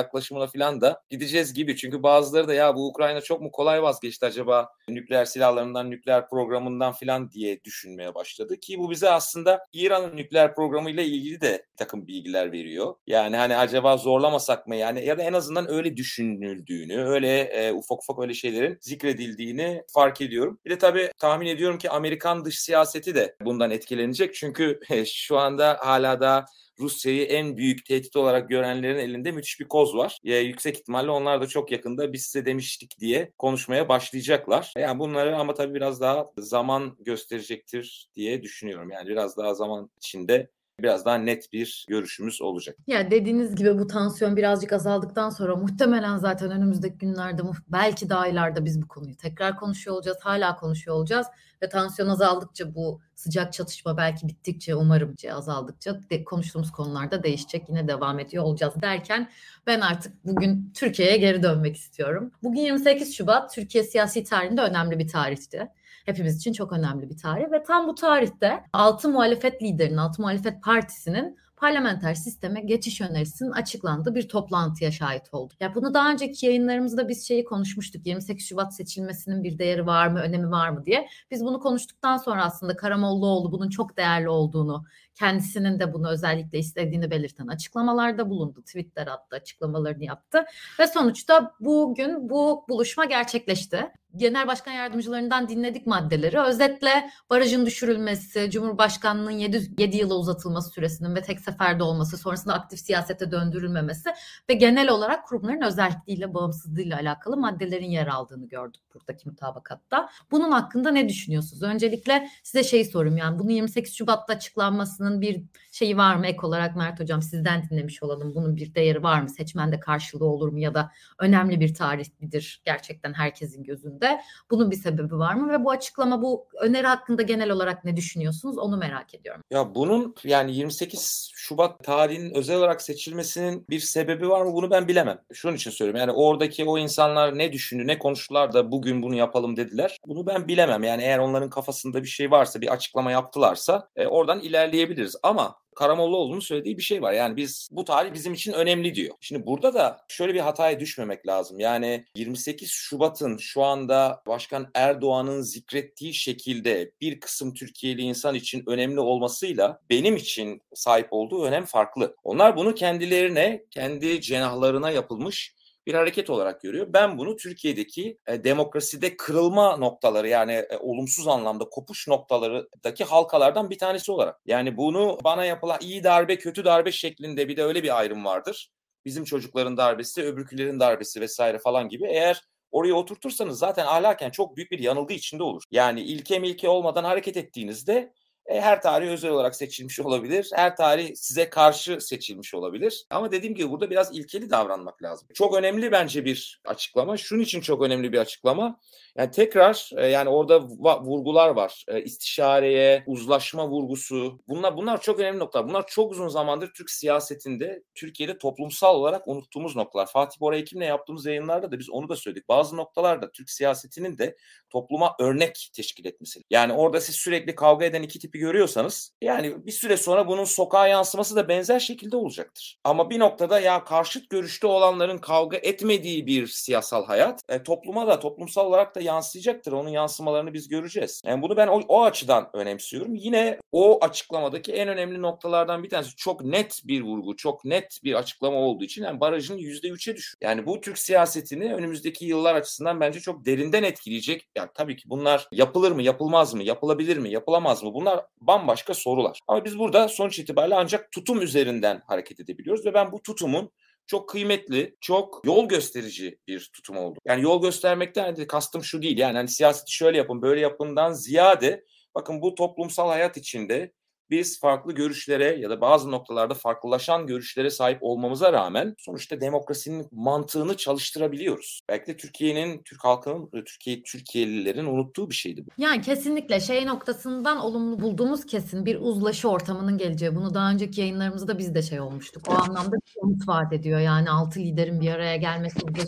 yaklaşımına falan da gideceğiz gibi. Çünkü bazıları da ya bu Ukrayna çok mu kolay vazgeçti acaba nükleer silahlarından, nükleer programından falan diye düşünmeye başladı. Ki bu bize aslında İran'ın nükleer programıyla ilgili de bir takım bilgiler veriyor. Yani hani acaba zorlamasak mı yani, ya da en azından öyle düşünüldüğünü, öyle e, ufak ufak öyle şeylerin zikredildiğini fark ediyorum. Bir de tabii tahmin ediyorum ki Amerikan dış siyaseti de bundan etkilenecek. Çünkü e, şu anda hala da Rusya'yı en büyük tehdit olarak görenlerin elinde müthiş bir koz var. Ya, yüksek ihtimalle onlar da çok yakında biz size demiştik diye konuşmaya başlayacaklar. Yani bunları ama tabii biraz daha zaman gösterecektir diye düşünüyorum. Yani biraz daha zaman içinde biraz daha net bir görüşümüz olacak. Ya dediğiniz gibi bu tansiyon birazcık azaldıktan sonra muhtemelen zaten önümüzdeki günlerde belki de aylarda biz bu konuyu tekrar konuşuyor olacağız. Hala konuşuyor olacağız ve tansiyon azaldıkça bu sıcak çatışma belki bittikçe umarım azaldıkça de, konuştuğumuz konularda değişecek. Yine devam ediyor olacağız derken ben artık bugün Türkiye'ye geri dönmek istiyorum. Bugün yirmi sekiz Şubat Türkiye siyasi tarihinde önemli bir tarihti. Hepimiz için çok önemli bir tarih ve tam bu tarihte altı muhalefet liderinin, altı muhalefet partisinin parlamenter sisteme geçiş önerisinin açıklandığı bir toplantıya şahit olduk. Ya bunu daha önceki yayınlarımızda biz şeyi konuşmuştuk. yirmi sekiz Şubat seçilmesinin bir değeri var mı, önemi var mı diye. Biz bunu konuştuktan sonra aslında Karamollaoğlu bunun çok değerli olduğunu, kendisinin de bunu özellikle istediğini belirten açıklamalarda bulundu. Tweetler attı, açıklamalarını yaptı ve sonuçta bugün bu buluşma gerçekleşti. Genel Başkan Yardımcılarından dinledik maddeleri. Özetle barajın düşürülmesi, Cumhurbaşkanlığının yedi yıla uzatılması süresinin ve tek seferde olması, sonrasında aktif siyasete döndürülmemesi ve genel olarak kurumların özelliğiyle, bağımsızlığıyla alakalı maddelerin yer aldığını gördük buradaki mutabakatta. Bunun hakkında ne düşünüyorsunuz? Öncelikle size şeyi sorayım, yani bunun yirmi sekiz Şubat'ta açıklanmasının bir şeyi var mı? Ek olarak Mert Hocam sizden dinlemiş olalım. Bunun bir değeri var mı? Seçmende karşılığı olur mu? Ya da önemli bir tarih midir gerçekten herkesin gözünde? Bunun bir sebebi var mı? Ve bu açıklama, bu öneri hakkında genel olarak ne düşünüyorsunuz? Onu merak ediyorum. Ya bunun yani yirmi sekiz Şubat tarihinin özel olarak seçilmesinin bir sebebi var mı? Bunu ben bilemem. Şunun için söylüyorum. Yani oradaki o insanlar ne düşündü, ne konuştular da bugün bunu yapalım dediler. Bunu ben bilemem. Yani eğer onların kafasında bir şey varsa, bir açıklama yaptılarsa e, oradan ilerleyebiliriz. Ama Karamollaoğlu'nun söylediği bir şey var. Yani biz, bu tarih bizim için önemli diyor. Şimdi burada da şöyle bir hataya düşmemek lazım. Yani yirmi sekiz Şubat'ın şu anda Başkan Erdoğan'ın zikrettiği şekilde bir kısım Türkiye'li insan için önemli olmasıyla benim için sahip olduğu önem farklı. Onlar bunu kendilerine, kendi cenahlarına yapılmış bir hareket olarak görüyor. Ben bunu Türkiye'deki e, demokraside kırılma noktaları, yani e, olumsuz anlamda kopuş noktalarındaki halkalardan bir tanesi olarak. Yani bunu bana yapılan iyi darbe, kötü darbe şeklinde bir de öyle bir ayrım vardır. Bizim çocukların darbesi, öbürkülerin darbesi vesaire falan gibi. Eğer oraya oturtursanız zaten ahlaken çok büyük bir yanılgı içinde olur. Yani ilke milke olmadan hareket ettiğinizde E, her tarih özel olarak seçilmiş olabilir. Her tarih size karşı seçilmiş olabilir. Ama dediğim gibi burada biraz ilkeli davranmak lazım. Çok önemli bence bir açıklama. Şunun için çok önemli bir açıklama. Yani tekrar e, yani orada va- vurgular var. E, istişareye, uzlaşma vurgusu. Bunlar bunlar çok önemli noktalar. Bunlar çok uzun zamandır Türk siyasetinde, Türkiye'de toplumsal olarak unuttuğumuz noktalar. Fatih Bora Ekim'le yaptığımız yayınlarda da biz onu da söyledik. Bazı noktalarda Türk siyasetinin de topluma örnek teşkil etmesi. Yani orada siz sürekli kavga eden iki tipi görüyorsanız, yani bir süre sonra bunun sokağa yansıması da benzer şekilde olacaktır. Ama bir noktada ya karşıt görüşte olanların kavga etmediği bir siyasal hayat e, topluma da, toplumsal olarak da yansıyacaktır. Onun yansımalarını biz göreceğiz. Yani bunu ben o, o açıdan önemsiyorum. Yine o açıklamadaki en önemli noktalardan bir tanesi, çok net bir vurgu, çok net bir açıklama olduğu için yani barajın yüzde üçe düşüyor. Yani bu Türk siyasetini önümüzdeki yıllar açısından bence çok derinden etkileyecek. Yani tabii ki bunlar yapılır mı, yapılmaz mı, yapılabilir mi, yapılamaz mı? Bunlar bambaşka sorular. Ama biz burada sonuç itibariyle ancak tutum üzerinden hareket edebiliyoruz ve ben bu tutumun çok kıymetli, çok yol gösterici bir tutum oldu. Yani yol göstermekten de kastım şu değil. Yani hani siyaseti şöyle yapın, böyle yapından ziyade, bakın bu toplumsal hayat içinde biz farklı görüşlere ya da bazı noktalarda farklılaşan görüşlere sahip olmamıza rağmen sonuçta demokrasinin mantığını çalıştırabiliyoruz. Belki de Türkiye'nin, Türk halkının, Türkiye Türkiye'lilerin unuttuğu bir şeydi bu. Yani kesinlikle şey noktasından olumlu bulduğumuz kesin bir uzlaşı ortamının geleceği. Bunu daha önceki yayınlarımızda biz de şey olmuştuk. O anlamda bir umut vaat ediyor. Yani altı liderin bir araya gelmesi, uzlaşı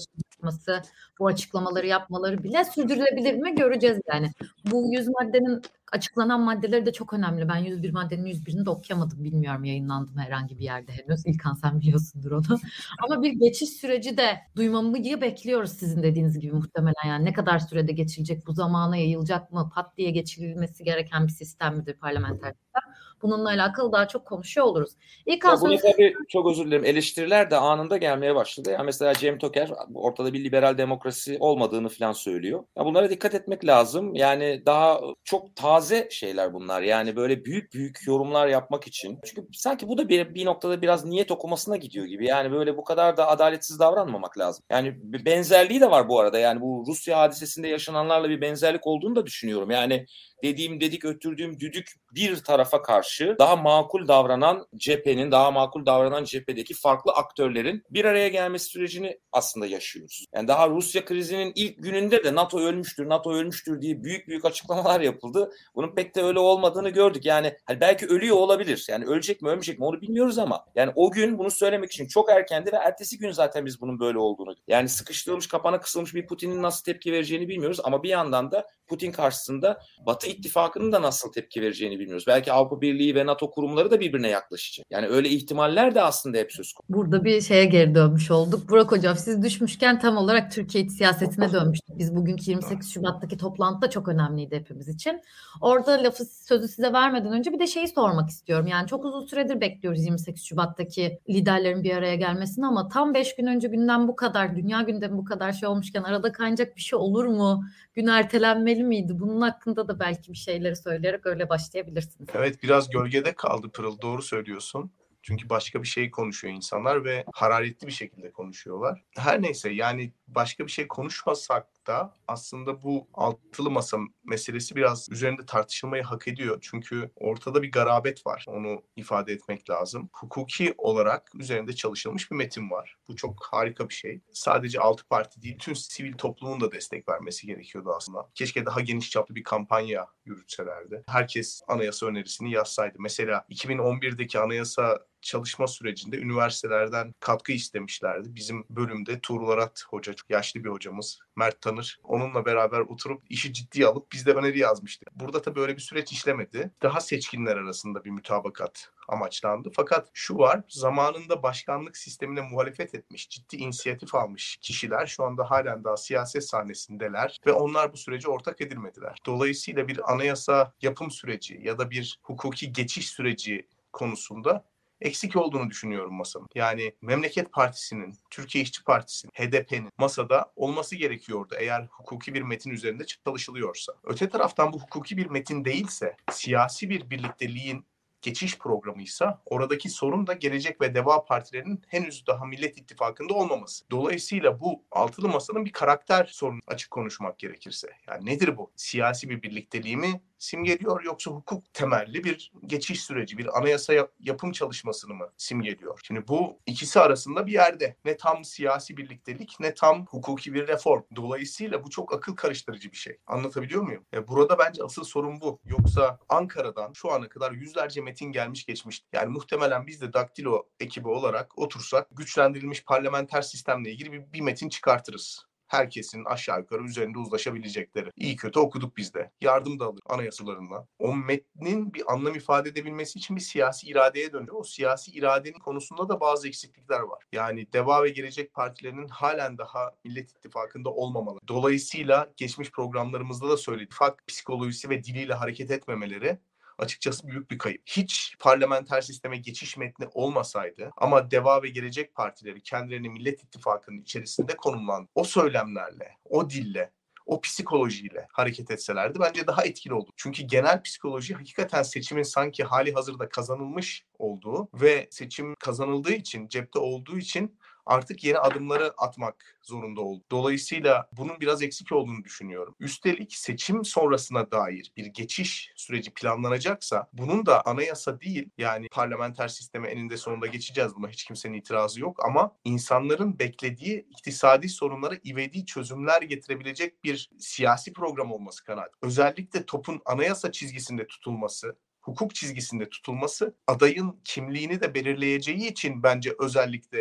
çıkması, bu açıklamaları yapmaları bile sürdürülebilir mi göreceğiz yani. Bu yüz maddenin açıklanan maddeleri de çok önemli. Ben yüz bir maddenin yüz birini de okuyamadım. Bilmiyorum, yayınlandı mı herhangi bir yerde henüz. İlkan sen biliyorsundur onu. Ama bir geçiş süreci de duymamı diye bekliyoruz sizin dediğiniz gibi muhtemelen. Yani ne kadar sürede geçilecek, bu zamana yayılacak mı, pat diye geçirilmesi gereken bir sistem midir parlamenter sistem? Bununla alakalı daha çok konuşuyor oluruz. İlkan Ya bunu söz... tabii çok özür dilerim. Eleştiriler de anında gelmeye başladı. Ya mesela Cem Toker ortada bir liberal demokrasi olmadığını falan söylüyor. Ya bunlara dikkat etmek lazım. Yani daha çok taze şeyler bunlar. Yani böyle büyük büyük yorumlar yapmak için. Çünkü sanki bu da bir, bir noktada biraz niyet okumasına gidiyor gibi. Yani böyle bu kadar da adaletsiz davranmamak lazım. Yani bir benzerliği de var bu arada. Yani bu Rusya hadisesinde yaşananlarla bir benzerlik olduğunu da düşünüyorum. Yani dediğim dedik öttürdüğüm düdük bir tarafa karşı daha makul davranan cephenin, daha makul davranan cephedeki farklı aktörlerin bir araya gelmesi sürecini aslında yaşıyoruz. Yani daha Rusya krizinin ilk gününde de NATO ölmüştür, NATO ölmüştür diye büyük büyük açıklamalar yapıldı. Bunun pek de öyle olmadığını gördük. Yani hani belki ölüyor olabilir. Yani ölecek mi ölmeyecek mi onu bilmiyoruz ama yani o gün bunu söylemek için çok erkendi ve ertesi gün zaten biz bunun böyle olduğunu. Yani sıkıştırılmış, kapana kısılmış bir Putin'in nasıl tepki vereceğini bilmiyoruz ama bir yandan da Putin karşısında Batı İttifakı'nın da nasıl tepki vereceğini bilmiyoruz. Belki Avrupa Birliği ve NATO kurumları da birbirine yaklaşacak. Yani öyle ihtimaller de aslında hep söz konusu. Burada bir şeye geri dönmüş olduk. Burak Hocam, siz düşmüşken tam olarak Türkiye iç siyasetine dönmüştük. Biz bugünkü yirmi sekiz Şubat'taki toplantıda çok önemliydi hepimiz için. Orada lafı sözü size vermeden önce bir de şeyi sormak istiyorum. Yani çok uzun süredir bekliyoruz yirmi sekiz Şubat'taki liderlerin bir araya gelmesini ama tam beş gün önce gündem bu kadar, dünya gündemi bu kadar şey olmuşken arada kaynayacak bir şey olur mu? Gün ertelenmeli miydi? Bunun hakkında da belki bir şeyleri söyleyerek öyle başlayabilirsiniz. Evet, biraz gölgede kaldı Pırıl, doğru söylüyorsun. Çünkü başka bir şey konuşuyor insanlar ve hararetli bir şekilde konuşuyorlar. Her neyse, yani başka bir şey konuşmasak da aslında bu altılı masa meselesi biraz üzerinde tartışılmayı hak ediyor. Çünkü ortada bir garabet var. Onu ifade etmek lazım. Hukuki olarak üzerinde çalışılmış bir metin var. Bu çok harika bir şey. Sadece altı parti değil, tüm sivil toplumun da destek vermesi gerekiyordu aslında. Keşke daha geniş çaplı bir kampanya yürütselerdi. Herkes anayasa önerisini yazsaydı. Mesela iki bin on birdeki anayasa çalışma sürecinde üniversitelerden katkı istemişlerdi. Bizim bölümde Tuğrul Arat Hoca, çok yaşlı bir hocamız, Mert tanır. Onunla beraber oturup işi ciddiye alıp biz de öneri yazmıştık. Burada tabii öyle bir süreç işlemedi. Daha seçkinler arasında bir mütabakat amaçlandı. Fakat şu var, zamanında başkanlık sistemine muhalefet etmiş, ciddi inisiyatif almış kişiler şu anda halen daha siyaset sahnesindeler ve onlar bu sürece ortak edilmediler. Dolayısıyla bir anayasa yapım süreci ya da bir hukuki geçiş süreci konusunda eksik olduğunu düşünüyorum masanın. Yani Memleket Partisi'nin, Türkiye İşçi Partisi'nin, H D P'nin masada olması gerekiyordu eğer hukuki bir metin üzerinde çalışılıyorsa. Öte taraftan bu hukuki bir metin değilse, siyasi bir birlikteliğin geçiş programıysa oradaki sorun da Gelecek ve Deva partilerinin henüz daha Millet İttifakı'nda olmaması. Dolayısıyla bu altılı masanın bir karakter sorunu, açık konuşmak gerekirse. Yani nedir bu? Siyasi bir birlikteliği mi simgeliyor yoksa hukuk temelli bir geçiş süreci, bir anayasa yapım çalışmasını mı simgeliyor? Şimdi bu ikisi arasında bir yerde. Ne tam siyasi birliktelik ne tam hukuki bir reform. Dolayısıyla bu çok akıl karıştırıcı bir şey. Anlatabiliyor muyum? E burada bence asıl sorun bu. Yoksa Ankara'dan şu ana kadar yüzlerce metin gelmiş geçmiş. Yani muhtemelen biz de Daktilo ekibi olarak otursak güçlendirilmiş parlamenter sistemle ilgili bir, bir metin çıkartırız. Herkesin aşağı yukarı üzerinde uzlaşabilecekleri. İyi kötü okuduk biz de. Yardım da alır anayasalarından. O metnin bir anlam ifade edebilmesi için bir siyasi iradeye dönüyor. O siyasi iradenin konusunda da bazı eksiklikler var. Yani Deva ve Gelecek partilerinin halen daha Millet İttifakı'nda olmamalı. Dolayısıyla geçmiş programlarımızda da söyledik. İttifak psikolojisi ve diliyle hareket etmemeleri açıkçası büyük bir kayıp. Hiç parlamenter sisteme geçiş metni olmasaydı ama Deva ve Gelecek partileri kendilerini Millet İttifakı'nın içerisinde konumlandı. O söylemlerle, o dille, o psikolojiyle hareket etselerdi bence daha etkili olur. Çünkü genel psikoloji hakikaten seçimin sanki hali hazırda kazanılmış olduğu ve seçim kazanıldığı için, cepte olduğu için artık yeni adımları atmak zorunda oldu. Dolayısıyla bunun biraz eksik olduğunu düşünüyorum. Üstelik seçim sonrasına dair bir geçiş süreci planlanacaksa bunun da anayasa değil, yani parlamenter sisteme eninde sonunda geçeceğiz, buna hiç kimsenin itirazı yok ama insanların beklediği iktisadi sorunlara ivedi çözümler getirebilecek bir siyasi program olması kanaat. Özellikle topun anayasa çizgisinde tutulması, hukuk çizgisinde tutulması adayın kimliğini de belirleyeceği için bence özellikle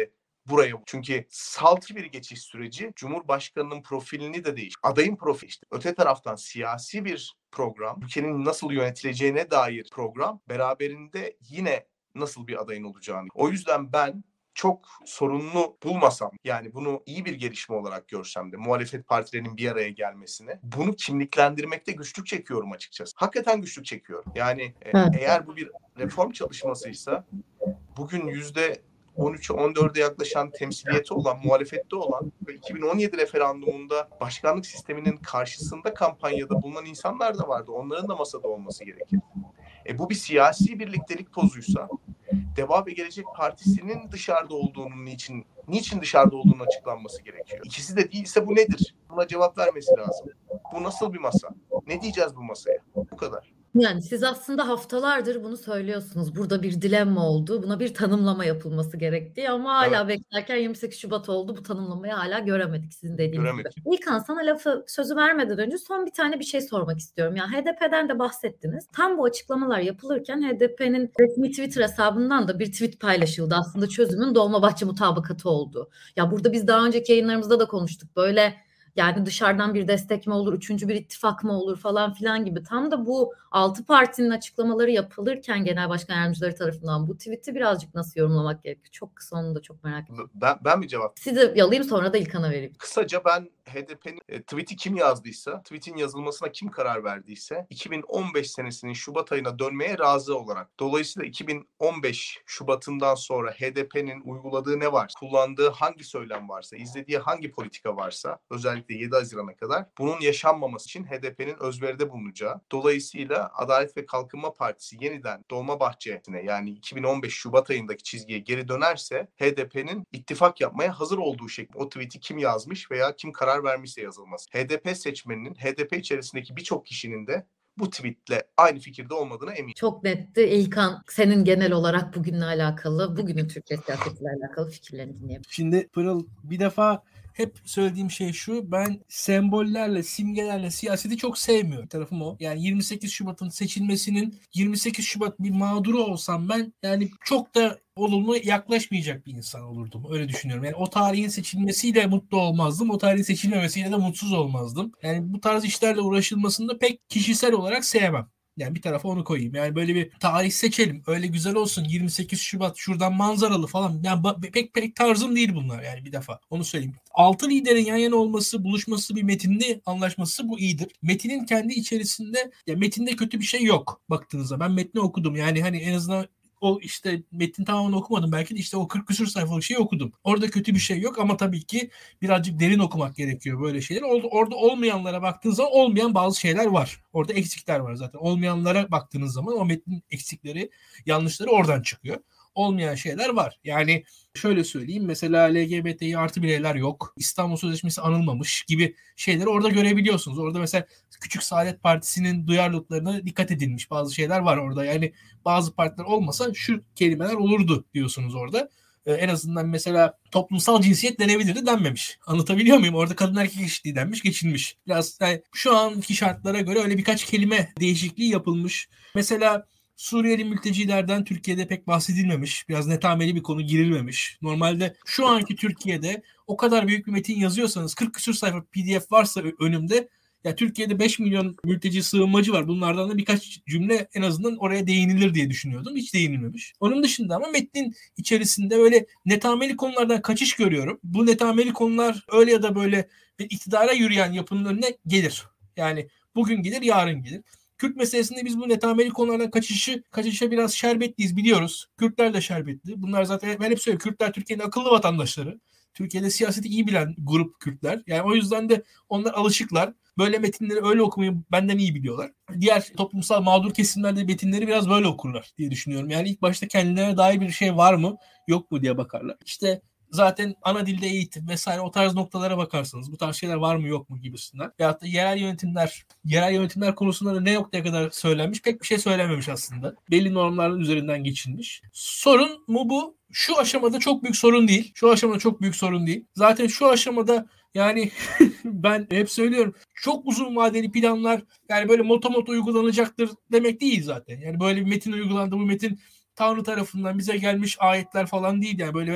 buraya. Çünkü salt bir geçiş süreci Cumhurbaşkanının profilini de değiş. Adayın profili işte. Öte taraftan siyasi bir program, ülkenin nasıl yönetileceğine dair program, beraberinde yine nasıl bir adayın olacağını. O yüzden ben çok sorunlu bulmasam, yani bunu iyi bir gelişme olarak görsem de muhalefet partilerinin bir araya gelmesini, bunu kimliklendirmekte güçlük çekiyorum açıkçası. Hakikaten güçlük çekiyorum. Yani Evet. eğer bu bir reform çalışmasıysa bugün yüzde on üçe on dörde yaklaşan temsiliyeti olan, muhalefette olan ve iki bin on yedi referandumunda başkanlık sisteminin karşısında kampanyada bulunan insanlar da vardı. Onların da masada olması gerekir. E bu bir siyasi birliktelik pozuysa, Deva ve Gelecek Partisi'nin dışarıda olduğunun niçin niçin dışarıda olduğunun açıklanması gerekiyor. İkisi de değilse bu nedir? Buna cevap vermesi lazım. Bu nasıl bir masa? Ne diyeceğiz bu masaya? Bu kadar. Yani siz aslında haftalardır bunu söylüyorsunuz. Burada bir dilemma oldu. Buna bir tanımlama yapılması gerektiği ama hala Evet. beklerken yirmi sekiz Şubat oldu. Bu tanımlamayı hala göremedik sizin dediğiniz Göremedik. gibi. İlkan, sana lafı sözü vermeden önce son bir tane bir şey sormak istiyorum. Ya H D P'den de bahsettiniz. Tam bu açıklamalar yapılırken H D P'nin resmi Twitter hesabından da bir tweet paylaşıldı. Aslında çözümün Dolmabahçe mutabakatı oldu. Ya burada biz daha önceki yayınlarımızda da konuştuk. Böyle yani dışarıdan bir destek mi olur, üçüncü bir ittifak mı olur falan filan gibi. Tam da bu altı partinin açıklamaları yapılırken genel başkan yardımcıları tarafından bu tweet'i birazcık nasıl yorumlamak gerekiyor? Çok kısa, onu da çok merak ediyorum. Ben, ben mi cevap? Size yalayayım, sonra da İlkan'a vereyim. Kısaca ben H D P'nin e, tweet'i kim yazdıysa, tweet'in yazılmasına kim karar verdiyse iki bin on beş senesinin Şubat ayına dönmeye razı olarak. Dolayısıyla iki bin on beş Şubat'ından sonra H D P'nin uyguladığı ne var, kullandığı hangi söylem varsa, izlediği hangi politika varsa, özellikle yedi Haziran'a kadar bunun yaşanmaması için H D P'nin özveride bulunacağı. Dolayısıyla Adalet ve Kalkınma Partisi yeniden Dolmabahçe'ne, yani iki bin on beş Şubat ayındaki çizgiye geri dönerse H D P'nin ittifak yapmaya hazır olduğu şeklinde o tweet'i kim yazmış veya kim karar vermişse yazılması. H D P seçmeninin, H D P içerisindeki birçok kişinin de bu tweetle aynı fikirde olmadığına eminim. Çok netti. İlkan, senin genel olarak bugünle alakalı, bugünün Türkiye siyasetiyle alakalı fikirlerini dinleyelim. Şimdi Pırıl, bir defa hep söylediğim şey şu: ben sembollerle, simgelerle siyaseti çok sevmiyorum. Tarafım o. Yani yirmi sekiz Şubat'ın seçilmesinin, yirmi sekiz Şubat bir mağduru olsam ben, yani çok da olumlu yaklaşmayacak bir insan olurdum. Öyle düşünüyorum. Yani o tarihin seçilmesiyle mutlu olmazdım. O tarihin seçilmemesiyle de mutsuz olmazdım. Yani bu tarz işlerle uğraşılmasını da pek kişisel olarak sevmem. Yani bir tarafa onu koyayım. Yani böyle bir tarih seçelim, öyle güzel olsun, yirmi sekiz Şubat şuradan manzaralı falan. Yani pek pek tarzım değil bunlar, yani bir defa. Onu söyleyeyim. Altı liderin yan yana olması, buluşması, bir metinde anlaşması, bu iyidir. Metinin kendi içerisinde, ya metinde kötü bir şey yok baktığınızda. Ben metni okudum. Yani hani en azından o işte metnin tamamını okumadım. Belki de işte o kırk küsur sayfalık şeyi okudum. Orada kötü bir şey yok ama tabii ki birazcık derin okumak gerekiyor böyle şeyler. Orada, orada olmayanlara baktığınız zaman olmayan bazı şeyler var. Orada eksikler var zaten. Olmayanlara baktığınız zaman o metnin eksikleri, yanlışları oradan çıkıyor. Olmayan şeyler var. Yani şöyle söyleyeyim, mesela L G B T İ artı bireyler yok, İstanbul Sözleşmesi anılmamış gibi şeyleri orada görebiliyorsunuz. Orada mesela Küçük Saadet Partisi'nin duyarlılıklarına dikkat edilmiş bazı şeyler var orada. Yani bazı partiler olmasa şu kelimeler olurdu diyorsunuz orada. Ee, en azından mesela toplumsal cinsiyet denebilirdi denmemiş. Anlatabiliyor muyum? Orada kadın erkek eşitliği denmiş, geçilmiş. Biraz yani şu anki şartlara göre öyle birkaç kelime değişikliği yapılmış. Mesela Suriyeli mültecilerden Türkiye'de pek bahsedilmemiş. Biraz netameli bir konu, girilmemiş. Normalde şu anki Türkiye'de o kadar büyük bir metin yazıyorsanız, kırk küsur sayfa P D F varsa önümde, ya Türkiye'de beş milyon mülteci, sığınmacı var. Bunlardan da birkaç cümle en azından oraya değinilir diye düşünüyordum. Hiç değinilmemiş. Onun dışında ama metnin içerisinde böyle netameli konulardan kaçış görüyorum. Bu netameli konular öyle ya da böyle bir iktidara yürüyen yapının önüne gelir. Yani bugün gelir, yarın gelir. Kürt meselesinde biz bu netameli konulardan kaçışı, kaçışa biraz şerbetliyiz, biliyoruz. Kürtler de şerbetli. Bunlar zaten, ben hep söylüyorum, Kürtler Türkiye'nin akıllı vatandaşları. Türkiye'de siyaseti iyi bilen grup Kürtler. Yani o yüzden de onlar alışıklar. Böyle metinleri öyle okumayı benden iyi biliyorlar. Diğer toplumsal mağdur kesimlerde metinleri biraz böyle okurlar diye düşünüyorum. Yani ilk başta kendilerine dair bir şey var mı, yok mu diye bakarlar. İşte zaten ana dilde eğitim vesaire, o tarz noktalara bakarsanız bu tarz şeyler var mı yok mu gibisinden. Veyahut da yerel yönetimler, yerel yönetimler konusunda da ne noktaya kadar söylenmiş, pek bir şey söylenmemiş aslında. Belli normların üzerinden geçilmiş. Sorun mu bu? Şu aşamada çok büyük sorun değil. Şu aşamada çok büyük sorun değil. Zaten şu aşamada yani ben hep söylüyorum, çok uzun vadeli planlar yani böyle motomot uygulanacaktır demek değil zaten. Yani böyle bir metin uygulandı, bu metin Tanrı tarafından bize gelmiş ayetler falan değil yani, böyle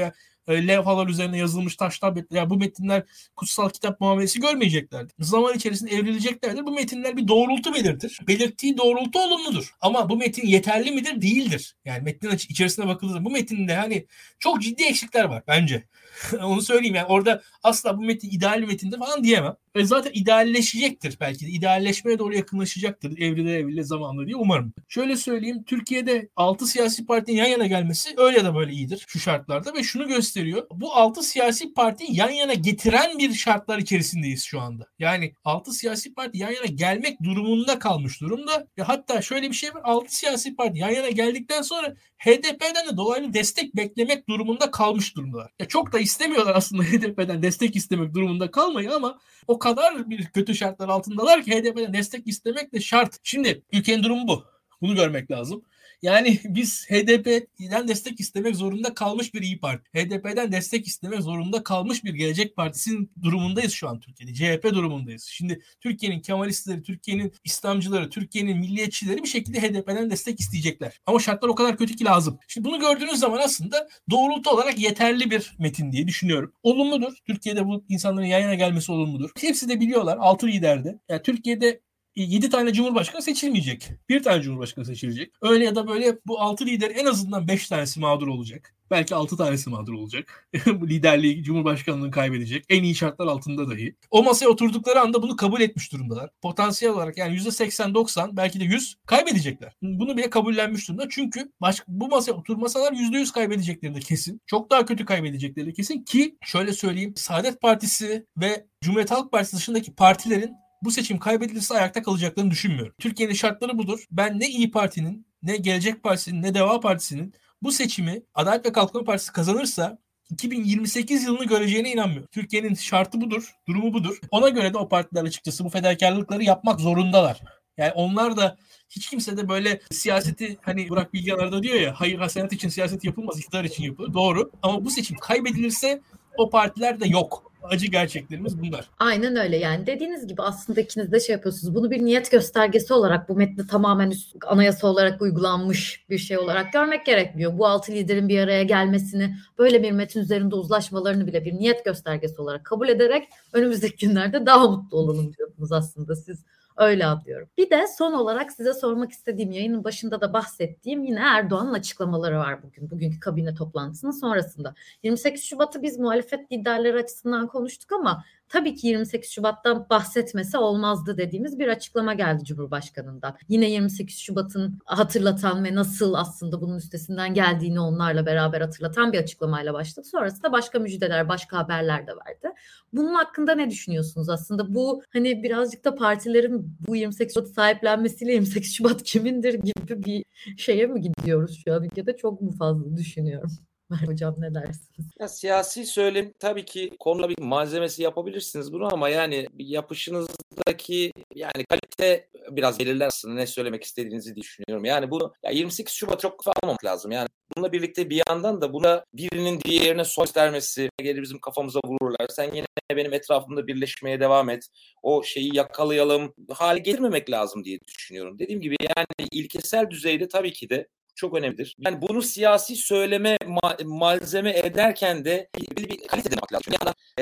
e, levhalar üzerine yazılmış taşlar, yani bu metinler kutsal kitap muamelesi görmeyeceklerdir. Zaman içerisinde evrileceklerdir. Bu metinler bir doğrultu belirtir. Belirttiği doğrultu olumludur. Ama bu metin yeterli midir? Değildir. Yani metnin içerisine bakıldığında bu metinde hani çok ciddi eksikler var bence. Onu söyleyeyim, yani orada asla bu metin ideal bir metindir falan diyemem. Ve zaten idealleşecektir belki de. İdealleşmeye doğru yakınlaşacaktır evrile evrile zamanla diye umarım. Şöyle söyleyeyim, Türkiye'de altı siyasi partinin yan yana gelmesi öyle de böyle iyidir şu şartlarda ve şunu gösteriyor. Bu altı siyasi partiyi yan yana getiren bir şartlar içerisindeyiz şu anda. Yani altı siyasi parti yan yana gelmek durumunda kalmış durumda. Ve hatta şöyle bir şey var. altı siyasi parti yan yana geldikten sonra H D P'den de dolaylı destek beklemek durumunda kalmış durumdalar. Ya çok da istemiyorlar aslında H D P'den destek istemek durumunda kalmayı ama o kadar bir kötü şartlar altındalar ki H D P'den destek istemek de şart. Şimdi ülkenin durumu bu. Bunu görmek lazım. Yani biz H D P'den destek istemek zorunda kalmış bir İYİ Parti, H D P'den destek istemek zorunda kalmış bir Gelecek Partisi'nin durumundayız şu an Türkiye'de. C H P durumundayız. Şimdi Türkiye'nin Kemalistleri, Türkiye'nin İslamcıları, Türkiye'nin milliyetçileri bir şekilde H D P'den destek isteyecekler. Ama şartlar o kadar kötü ki lazım. Şimdi bunu gördüğünüz zaman aslında doğrultu olarak yeterli bir metin diye düşünüyorum. Olumludur. Türkiye'de bu insanların yan yana gelmesi olumludur. Hepsi de biliyorlar. Altı liderde. Yani Türkiye'de yedi tane cumhurbaşkanı seçilmeyecek. Bir tane cumhurbaşkanı seçilecek. Öyle ya da böyle bu altı lider en azından beş tanesi mağdur olacak. Belki altı tanesi mağdur olacak. Bu liderliği, cumhurbaşkanlığını kaybedecek. En iyi şartlar altında dahi. O masaya oturdukları anda bunu kabul etmiş durumdalar. Potansiyel olarak yani yüzde seksen doksan belki de yüz kaybedecekler. Bunu bile kabullenmiş durumda. Çünkü başka, bu masaya oturmasalar yüzde yüz kaybedecekleri de kesin. Çok daha kötü kaybedecekleri de kesin ki şöyle söyleyeyim. Saadet Partisi ve Cumhuriyet Halk Partisi dışındaki partilerin bu seçim kaybedilirse ayakta kalacaklarını düşünmüyorum. Türkiye'nin şartları budur. Ben ne İYİ Parti'nin, ne Gelecek Partisi'nin, ne Deva Partisi'nin bu seçimi Adalet ve Kalkınma Partisi kazanırsa iki bin yirmi sekiz yılını göreceğine inanmıyorum. Türkiye'nin şartı budur, durumu budur. Ona göre de o partiler açıkçası bu fedakarlıkları yapmak zorundalar. Yani onlar da hiç kimse de böyle siyaseti hani Burak Bilgehan arada diyor ya, hayır hasenat için siyaset yapılmaz, iktidar için yapılır. Doğru. Ama bu seçim kaybedilirse o partiler de yok. Acı gerçeklerimiz bunlar. Aynen öyle, yani dediğiniz gibi aslında ikiniz de şey yapıyorsunuz. Bunu bir niyet göstergesi olarak, bu metni tamamen üst, anayasa olarak uygulanmış bir şey olarak görmek gerekmiyor. Bu altı liderin bir araya gelmesini, böyle bir metin üzerinde uzlaşmalarını bile bir niyet göstergesi olarak kabul ederek önümüzdeki günlerde daha mutlu olalım diyorsunuz aslında siz. Öyle anlıyorum. Bir de son olarak size sormak istediğim, yayının başında da bahsettiğim yine Erdoğan'ın açıklamaları var bugün. Bugünkü kabine toplantısının sonrasında. yirmi sekiz Şubat'ı biz muhalefet liderleri açısından konuştuk ama tabii ki yirmi sekiz Şubat'tan bahsetmesi olmazdı dediğimiz bir açıklama geldi Cumhurbaşkanı'ndan. Yine yirmi sekiz Şubat'ın hatırlatan ve nasıl aslında bunun üstesinden geldiğini onlarla beraber hatırlatan bir açıklamayla başladı. Sonrasında başka müjdeler, başka haberler de verdi. Bunun hakkında ne düşünüyorsunuz aslında? Bu hani birazcık da partilerin bu yirmi sekiz Şubat'ı sahiplenmesiyle yirmi sekiz Şubat kimindir gibi bir şeye mi gidiyoruz şu an ülkede? Çok mu fazla düşünüyorum? Hocam ne dersiniz? Ya, siyasi söylem tabii ki konuda bir malzemesi yapabilirsiniz bunu ama yani bir yapışınızdaki yani kalite biraz belirler aslında ne söylemek istediğinizi düşünüyorum. Yani bunu ya yirmi sekiz Şubat çok kafa almamak lazım. Yani bununla birlikte bir yandan da buna birinin diğerine son göstermesi, gelir bizim kafamıza vururlar. Sen yine benim etrafımda birleşmeye devam et. O şeyi yakalayalım. Hale getirmemek lazım diye düşünüyorum. Dediğim gibi yani ilkesel düzeyde tabii ki de çok önemlidir. Yani bunu siyasi söyleme ma- malzeme ederken de bir, bir, bir kalite demek lazım. Ya da e,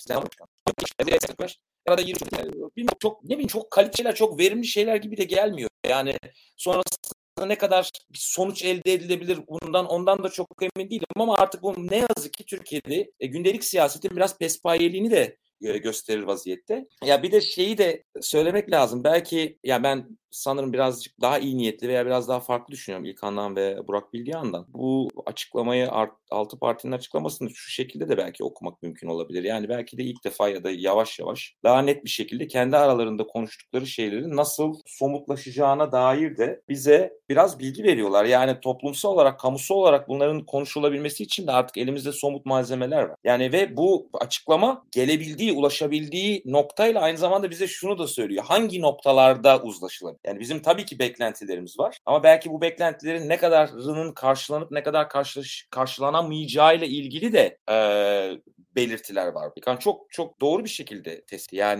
ya da yirmi çok ne bileyim çok kaliteli şeyler, çok verimli şeyler gibi de gelmiyor. Yani sonrasında ne kadar bir sonuç elde edilebilir bundan ondan da çok emin değilim ama artık bu ne yazık ki Türkiye'de e, gündelik siyasetin biraz pespayeliğini de gösterir vaziyette. Ya bir de şeyi de söylemek lazım. Belki ya ben sanırım birazcık daha iyi niyetli veya biraz daha farklı düşünüyorum İlkan'dan ve Burak Bilgehan'dan. Bu açıklamayı altı partinin açıklamasını şu şekilde de belki okumak mümkün olabilir. Yani belki de ilk defa ya da yavaş yavaş daha net bir şekilde kendi aralarında konuştukları şeylerin nasıl somutlaşacağına dair de bize biraz bilgi veriyorlar. Yani toplumsal olarak, kamusal olarak bunların konuşulabilmesi için de artık elimizde somut malzemeler var. Yani ve bu açıklama gelebildiği, ulaşabildiği noktayla aynı zamanda bize şunu da söylüyor. Hangi noktalarda uzlaşılabilir? Yani bizim tabii ki beklentilerimiz var ama belki bu beklentilerin ne kadarının karşılanıp ne kadar karşı, karşılanamayacağıyla ilgili de e, belirtiler var. Yani çok çok doğru bir şekilde tespit. Yani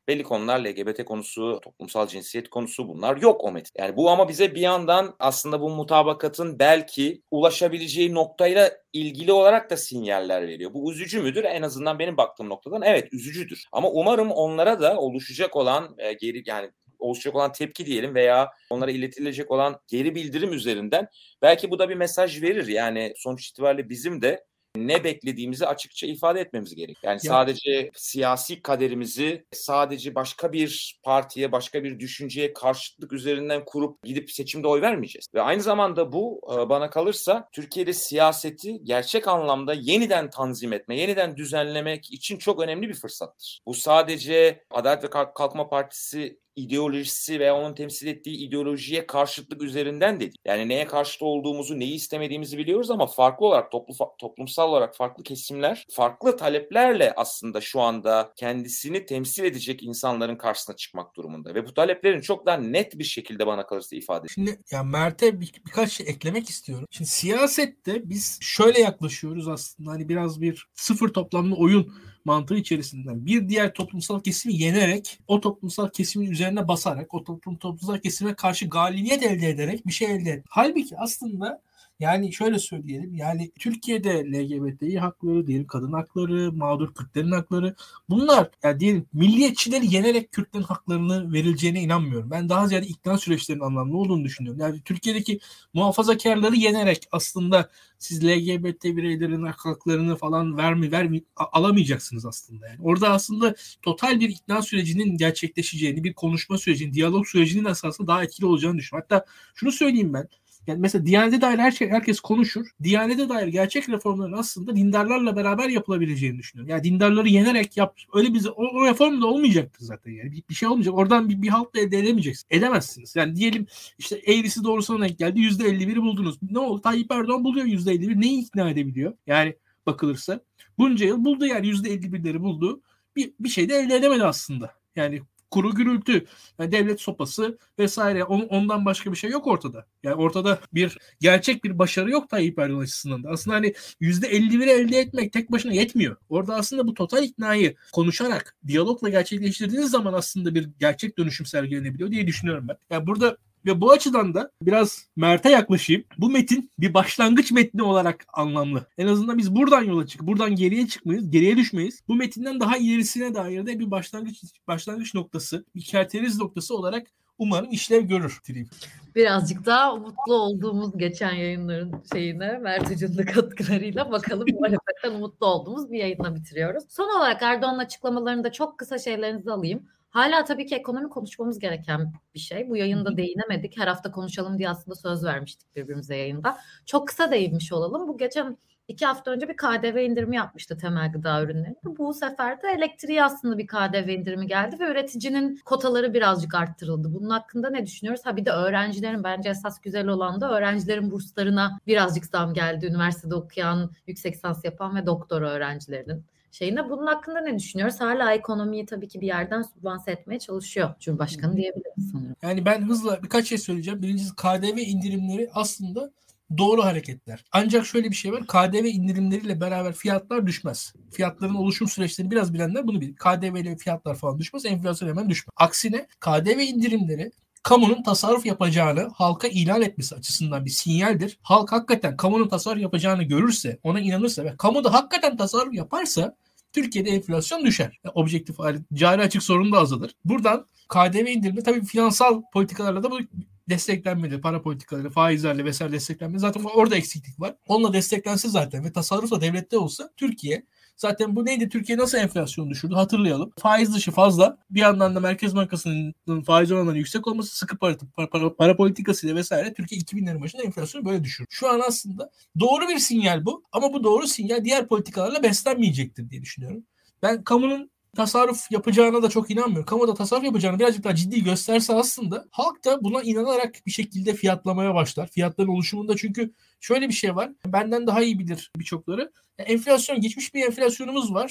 belli konular, L G B T konusu, toplumsal cinsiyet konusu, bunlar yok o metin. Yani bu ama bize bir yandan aslında bu mutabakatın belki ulaşabileceği noktayla ilgili olarak da sinyaller veriyor. Bu üzücü müdür? En azından benim baktığım noktadan evet üzücüdür. Ama umarım onlara da oluşacak olan e, geri yani oluşacak olan tepki diyelim veya onlara iletilecek olan geri bildirim üzerinden belki bu da bir mesaj verir. Yani sonuç itibariyle bizim de ne beklediğimizi açıkça ifade etmemiz gerek. Yani Ya. sadece siyasi kaderimizi sadece başka bir partiye, başka bir düşünceye karşıtlık üzerinden kurup gidip seçimde oy vermeyeceğiz. Ve aynı zamanda bu bana kalırsa Türkiye'de siyaseti gerçek anlamda yeniden tanzim etme, yeniden düzenlemek için çok önemli bir fırsattır. Bu sadece Adalet ve Kalkınma Partisi ideolojisi veya onun temsil ettiği ideolojiye karşıtlık üzerinden değil. Yani neye karşı olduğumuzu, neyi istemediğimizi biliyoruz ama farklı olarak toplu, toplumsal olarak farklı kesimler farklı taleplerle aslında şu anda kendisini temsil edecek insanların karşısına çıkmak durumunda. Ve bu taleplerin çok daha net bir şekilde bana kalırsa ifade ediyor. Şimdi ya Mert'e bir, birkaç şey eklemek istiyorum. Şimdi siyasette biz şöyle yaklaşıyoruz aslında, hani biraz bir sıfır toplamlı oyun mantığı içerisinden. Bir diğer toplumsal kesimi yenerek, o toplumsal kesimin üzerine basarak, o toplum toplumsal kesime karşı galibiyet elde ederek bir şey elde et. Halbuki aslında yani şöyle söyleyelim, yani Türkiye'de L G B T İ hakları, diyelim kadın hakları, mağdur Kürtlerin hakları, bunlar yani diyelim milliyetçileri yenerek Kürtlerin haklarını verileceğine inanmıyorum. Ben daha ziyade ikna süreçlerinin anlamlı olduğunu düşünüyorum. Yani Türkiye'deki muhafazakarları yenerek aslında siz L G B T bireylerin haklarını falan vermi, vermi alamayacaksınız aslında. Yani orada aslında total bir ikna sürecinin gerçekleşeceğini, bir konuşma sürecinin, diyalog sürecinin esasında daha etkili olacağını düşünüyorum. Hatta şunu söyleyeyim ben. Yani mesela Diyanet'e dair her şey, herkes konuşur. Diyanet'e dair gerçek reformların aslında dindarlarla beraber yapılabileceğini düşünüyorum. Yani dindarları yenerek yap, öyle bir o, o reform da olmayacaktır zaten yani. Bir, bir şey olmayacak. Oradan bir, bir halk da elde edemeyeceksiniz. Edemezsiniz. Yani diyelim işte eğrisi doğrusuna denk geldi. yüzde elli biri buldunuz. Ne oldu? Tayyip Erdoğan buluyor yüzde elli bir. Neyi ikna edebiliyor? Yani bakılırsa. Bunca yıl buldu yani yüzde elli birleri buldu. Bir, bir şey de elde edemedi aslında. Yani kuru gürültü, yani devlet sopası vesaire, on, ondan başka bir şey yok ortada. Yani ortada bir gerçek bir başarı yok Tayyip Erdoğan açısından da. Aslında hani yüzde elli biri elde etmek tek başına yetmiyor. Orada aslında bu total iknayı konuşarak, diyalogla gerçekleştirdiğiniz zaman aslında bir gerçek dönüşüm sergilenebiliyor diye düşünüyorum ben. Yani burada ve bu açıdan da biraz Mert'e yaklaşayım. Bu metin bir başlangıç metni olarak anlamlı. En azından biz buradan yola çıkıp buradan geriye çıkmayız, geriye düşmeyiz. Bu metinden daha ilerisine dair de bir başlangıç başlangıç noktası, bir kerteriz noktası olarak umarım işlev görür. Birazcık daha umutlu olduğumuz geçen yayınların şeyine, Mert Hoca'nın da katkılarıyla bakalım muhalefetten umutlu olduğumuz bir yayınla bitiriyoruz. Son olarak Erdoğan'ın açıklamalarında çok kısa şeylerinizi alayım. Hala tabii ki ekonomi konuşmamız gereken bir şey. Bu yayında değinemedik. Her hafta konuşalım diye aslında söz vermiştik birbirimize yayında. Çok kısa değinmiş olalım. Bu geçen iki hafta önce bir K D V indirimi yapmıştı temel gıda ürünlerinde. Bu sefer de elektriğe aslında bir K D V indirimi geldi ve üreticinin kotaları birazcık arttırıldı. Bunun hakkında ne düşünüyoruz? Ha bir de öğrencilerin, bence esas güzel olan da öğrencilerin burslarına birazcık zam geldi. Üniversitede okuyan, yüksek lisans yapan ve doktor öğrencilerinin şeyine. Bunun hakkında ne düşünüyoruz? Hala ekonomiyi tabii ki bir yerden sübvanse etmeye çalışıyor Cumhurbaşkanı diyebiliriz sanırım. Yani ben hızla birkaç şey söyleyeceğim. Birincisi, K D V indirimleri aslında doğru hareketler. Ancak şöyle bir şey var. K D V indirimleriyle beraber fiyatlar düşmez. Fiyatların oluşum süreçlerini biraz bilenler bunu bilir. K D V ile fiyatlar falan düşmez. Enflasyon hemen düşmez. Aksine K D V indirimleri kamunun tasarruf yapacağını halka ilan etmesi açısından bir sinyaldir. Halk hakikaten kamunun tasarruf yapacağını görürse, ona inanırsa ve kamu da hakikaten tasarruf yaparsa Türkiye'de enflasyon düşer. Yani objektif hali, cari açık sorunu da azalır. Buradan K D V indirimi tabii finansal politikalarla da bu desteklenmeli. Para politikaları, faizlerle vesaire desteklenmeli. Zaten orada eksiklik var. Onunla desteklense zaten ve tasarrufla devlette olsa Türkiye, zaten bu neydi? Türkiye nasıl enflasyonu düşürdü? Hatırlayalım. Faiz dışı fazla. Bir yandan da Merkez Bankası'nın faiz oranlarının yüksek olması, sıkı para, para, para, para politikasıyla vesaire Türkiye iki binlerin başında enflasyonu böyle düşürdü. Şu an aslında doğru bir sinyal bu. Ama bu doğru sinyal diğer politikalarla beslenmeyecektir diye düşünüyorum. Ben kamunun tasarruf yapacağına da çok inanmıyorum. Kamu da tasarruf yapacağını birazcık daha ciddi gösterse aslında halk da buna inanarak bir şekilde fiyatlamaya başlar. Fiyatların oluşumunda, çünkü şöyle bir şey var. Benden daha iyi bilir birçokları. Enflasyon, geçmiş bir enflasyonumuz var.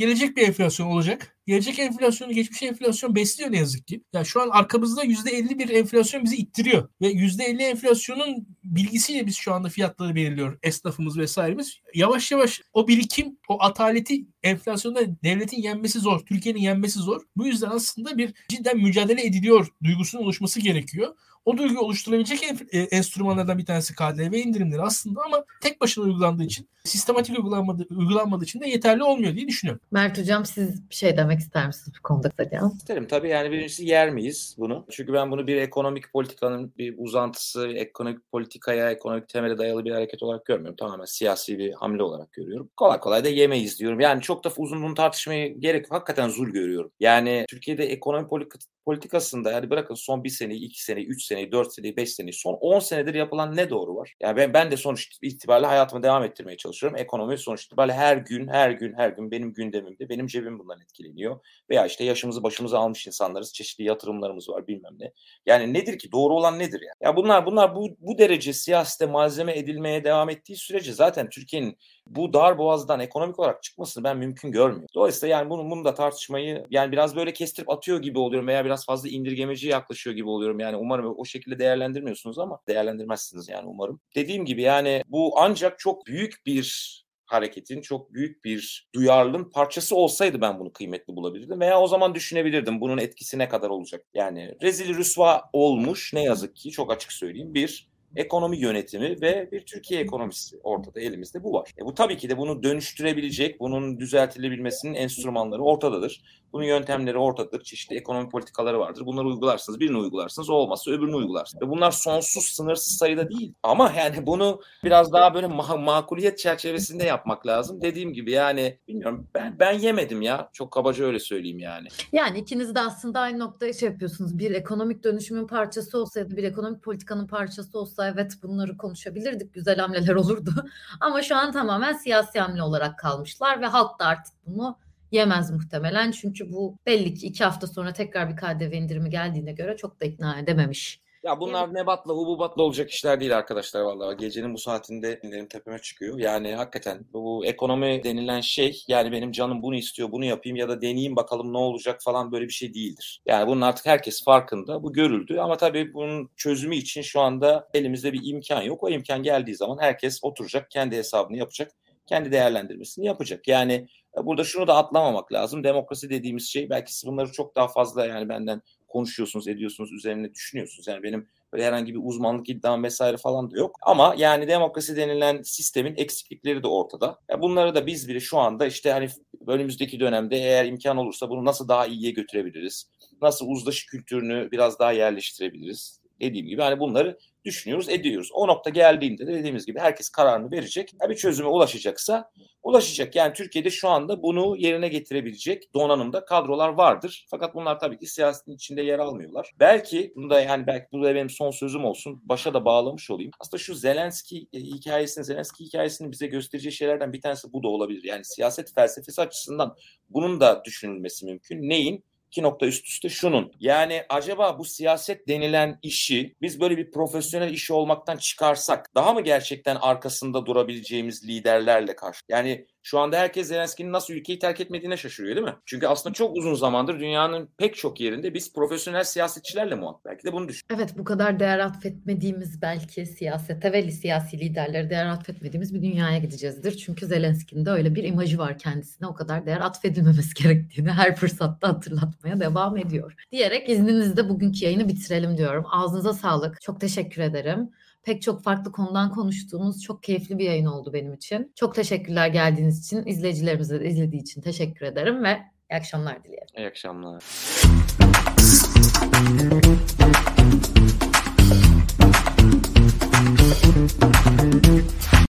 gelecek bir enflasyon olacak. Gelecek enflasyonu geçmiş enflasyon besliyor ne yazık ki. Yani şu an arkamızda yüzde elli bir enflasyon bizi ittiriyor. Ve yüzde elli enflasyonun bilgisiyle biz şu anda fiyatları belirliyor. Esnafımız vesairemiz. Yavaş yavaş o birikim, o ataleti enflasyonda devletin yenmesi zor. Türkiye'nin yenmesi zor. Bu yüzden aslında bir cidden mücadele ediliyor duygusunun oluşması gerekiyor. O duyguyu oluşturabilecek en, enstrümanlardan bir tanesi K D V indirimleri aslında ama tek başına uygulandığı için, sistematik uygulanmadığı, uygulanmadığı için de yeterli olmuyor diye düşünüyorum. Mert Hocam siz bir şey demek ister misiniz bu konuda kısaca? İsterim tabii, yani birincisi yer miyiz bunu? Çünkü ben bunu bir ekonomik politikanın bir uzantısı, ekonomik politikaya, ekonomik temele dayalı bir hareket olarak görmüyorum. Tamamen siyasi bir hamle olarak görüyorum. Kolay kolay da yemeyiz diyorum. Yani çok da uzun bunu tartışmaya gerek yok. Hakikaten zul görüyorum. Yani Türkiye'de ekonomi politik politikasında, yani bırakın son bir seneyi, iki seneyi, üç seneyi, dört seneyi, beş seneyi, son on senedir yapılan ne doğru var? Yani ben, ben de sonuç itibariyle hayatımı devam ettirmeye çalışıyorum. Ekonomi sonuç itibariyle her gün, her gün, her gün benim gündemimde, benim cebim bundan etkileniyor. Veya işte yaşımızı başımıza almış insanlarız, çeşitli yatırımlarımız var, bilmem ne. Yani nedir ki? Doğru olan nedir yani? Ya bunlar bunlar bu, bu derece siyasete malzeme edilmeye devam ettiği sürece zaten Türkiye'nin bu dar boğazdan ekonomik olarak çıkmasını ben mümkün görmüyorum. Dolayısıyla yani bunu, bunu da tartışmayı, yani biraz böyle kestirip atıyor gibi oluyorum veya biraz fazla indirgemeci yaklaşıyor gibi oluyorum. Yani umarım o şekilde değerlendirmiyorsunuz ama değerlendirmezsiniz yani umarım. Dediğim gibi yani bu ancak çok büyük bir hareketin, çok büyük bir duyarlılığın parçası olsaydı ben bunu kıymetli bulabilirdim veya o zaman düşünebilirdim bunun etkisi ne kadar olacak. Yani rezil rüsva olmuş ne yazık ki, çok açık söyleyeyim, bir ekonomi yönetimi ve bir Türkiye ekonomisi ortada, elimizde bu var. E bu tabii ki de bunu dönüştürebilecek, bunun düzeltilebilmesinin enstrümanları ortadadır. Bunun yöntemleri ortadadır. Çeşitli ekonomi politikaları vardır. Bunları uygularsınız, birini uygularsınız, o olmazsa öbürünü uygularsınız. Ve bunlar sonsuz, sınırsız sayıda değil. Ama yani bunu biraz daha böyle ma- makuliyet çerçevesinde yapmak lazım. Dediğim gibi yani bilmiyorum, ben ben yemedim ya. Çok kabaca öyle söyleyeyim yani. Yani ikiniz de aslında aynı noktaya şey yapıyorsunuz. Bir ekonomik dönüşümün parçası olsaydı, bir ekonomik politikanın parçası olsa evet bunları konuşabilirdik. Güzel hamleler olurdu. Ama şu an tamamen siyasi hamle olarak kalmışlar ve halk da artık bunu yemez muhtemelen. Çünkü bu belli ki iki hafta sonra tekrar bir K D V indirimi geldiğine göre çok da ikna edememiş. Ya bunlar nebatla, hububatla olacak işler değil arkadaşlar vallahi. Gecenin bu saatinde benim tepeme çıkıyor. Yani hakikaten bu ekonomi denilen şey, yani benim canım bunu istiyor, bunu yapayım ya da deneyeyim bakalım ne olacak falan, böyle bir şey değildir. Yani bunun artık herkes farkında. Bu görüldü ama tabii bunun çözümü için şu anda elimizde bir imkan yok. O imkan geldiği zaman herkes oturacak, kendi hesabını yapacak, kendi değerlendirmesini yapacak. Yani burada şunu da atlamamak lazım. Demokrasi dediğimiz şey, belki siz bunları çok daha fazla yani benden konuşuyorsunuz, ediyorsunuz, üzerine düşünüyorsunuz. Yani benim böyle herhangi bir uzmanlık iddiam vesaire falan da yok. Ama yani demokrasi denilen sistemin eksiklikleri de ortada. Ya bunları da biz bile şu anda işte hani önümüzdeki dönemde eğer imkan olursa bunu nasıl daha iyiye götürebiliriz? Nasıl uzlaşı kültürünü biraz daha yerleştirebiliriz? Dediğim gibi hani bunları düşünüyoruz, ediyoruz. O nokta geldiğinde de dediğimiz gibi herkes kararını verecek. Ya bir çözüme ulaşacaksa ulaşacak. Yani Türkiye'de şu anda bunu yerine getirebilecek donanımda kadrolar vardır. Fakat bunlar tabii ki siyasetin içinde yer almıyorlar. Belki bunda yani belki bu da benim son sözüm olsun. Başa da bağlamış olayım. Aslında şu Zelenski hikayesini, Zelenski hikayesini bize göstereceği şeylerden bir tanesi bu da olabilir. Yani siyaset felsefesi açısından bunun da düşünülmesi mümkün. Neyin? İki nokta üst üste şunun. Yani acaba bu siyaset denilen işi biz böyle bir profesyonel işi olmaktan çıkarsak daha mı gerçekten arkasında durabileceğimiz liderlerle karşı? Yani şu anda herkes Zelenski'nin nasıl ülkeyi terk etmediğine şaşırıyor değil mi? Çünkü aslında çok uzun zamandır dünyanın pek çok yerinde biz profesyonel siyasetçilerle muhatap. Belki de bunu düşün. Evet, bu kadar değer atfetmediğimiz, belki siyasete ve siyasi liderlere değer atfetmediğimiz bir dünyaya gideceğizdir. Çünkü Zelenski'nin de öyle bir imajı var kendisine. O kadar değer atfedilmemesi gerektiğini her fırsatta hatırlatmaya devam ediyor. Diyerek izninizle bugünkü yayını bitirelim diyorum. Ağzınıza sağlık. Çok teşekkür ederim. Pek çok farklı konudan konuştuğumuz çok keyifli bir yayın oldu benim için. Çok teşekkürler geldiğiniz için, izleyicilerimize de izlediği için teşekkür ederim ve iyi akşamlar dilerim. İyi akşamlar.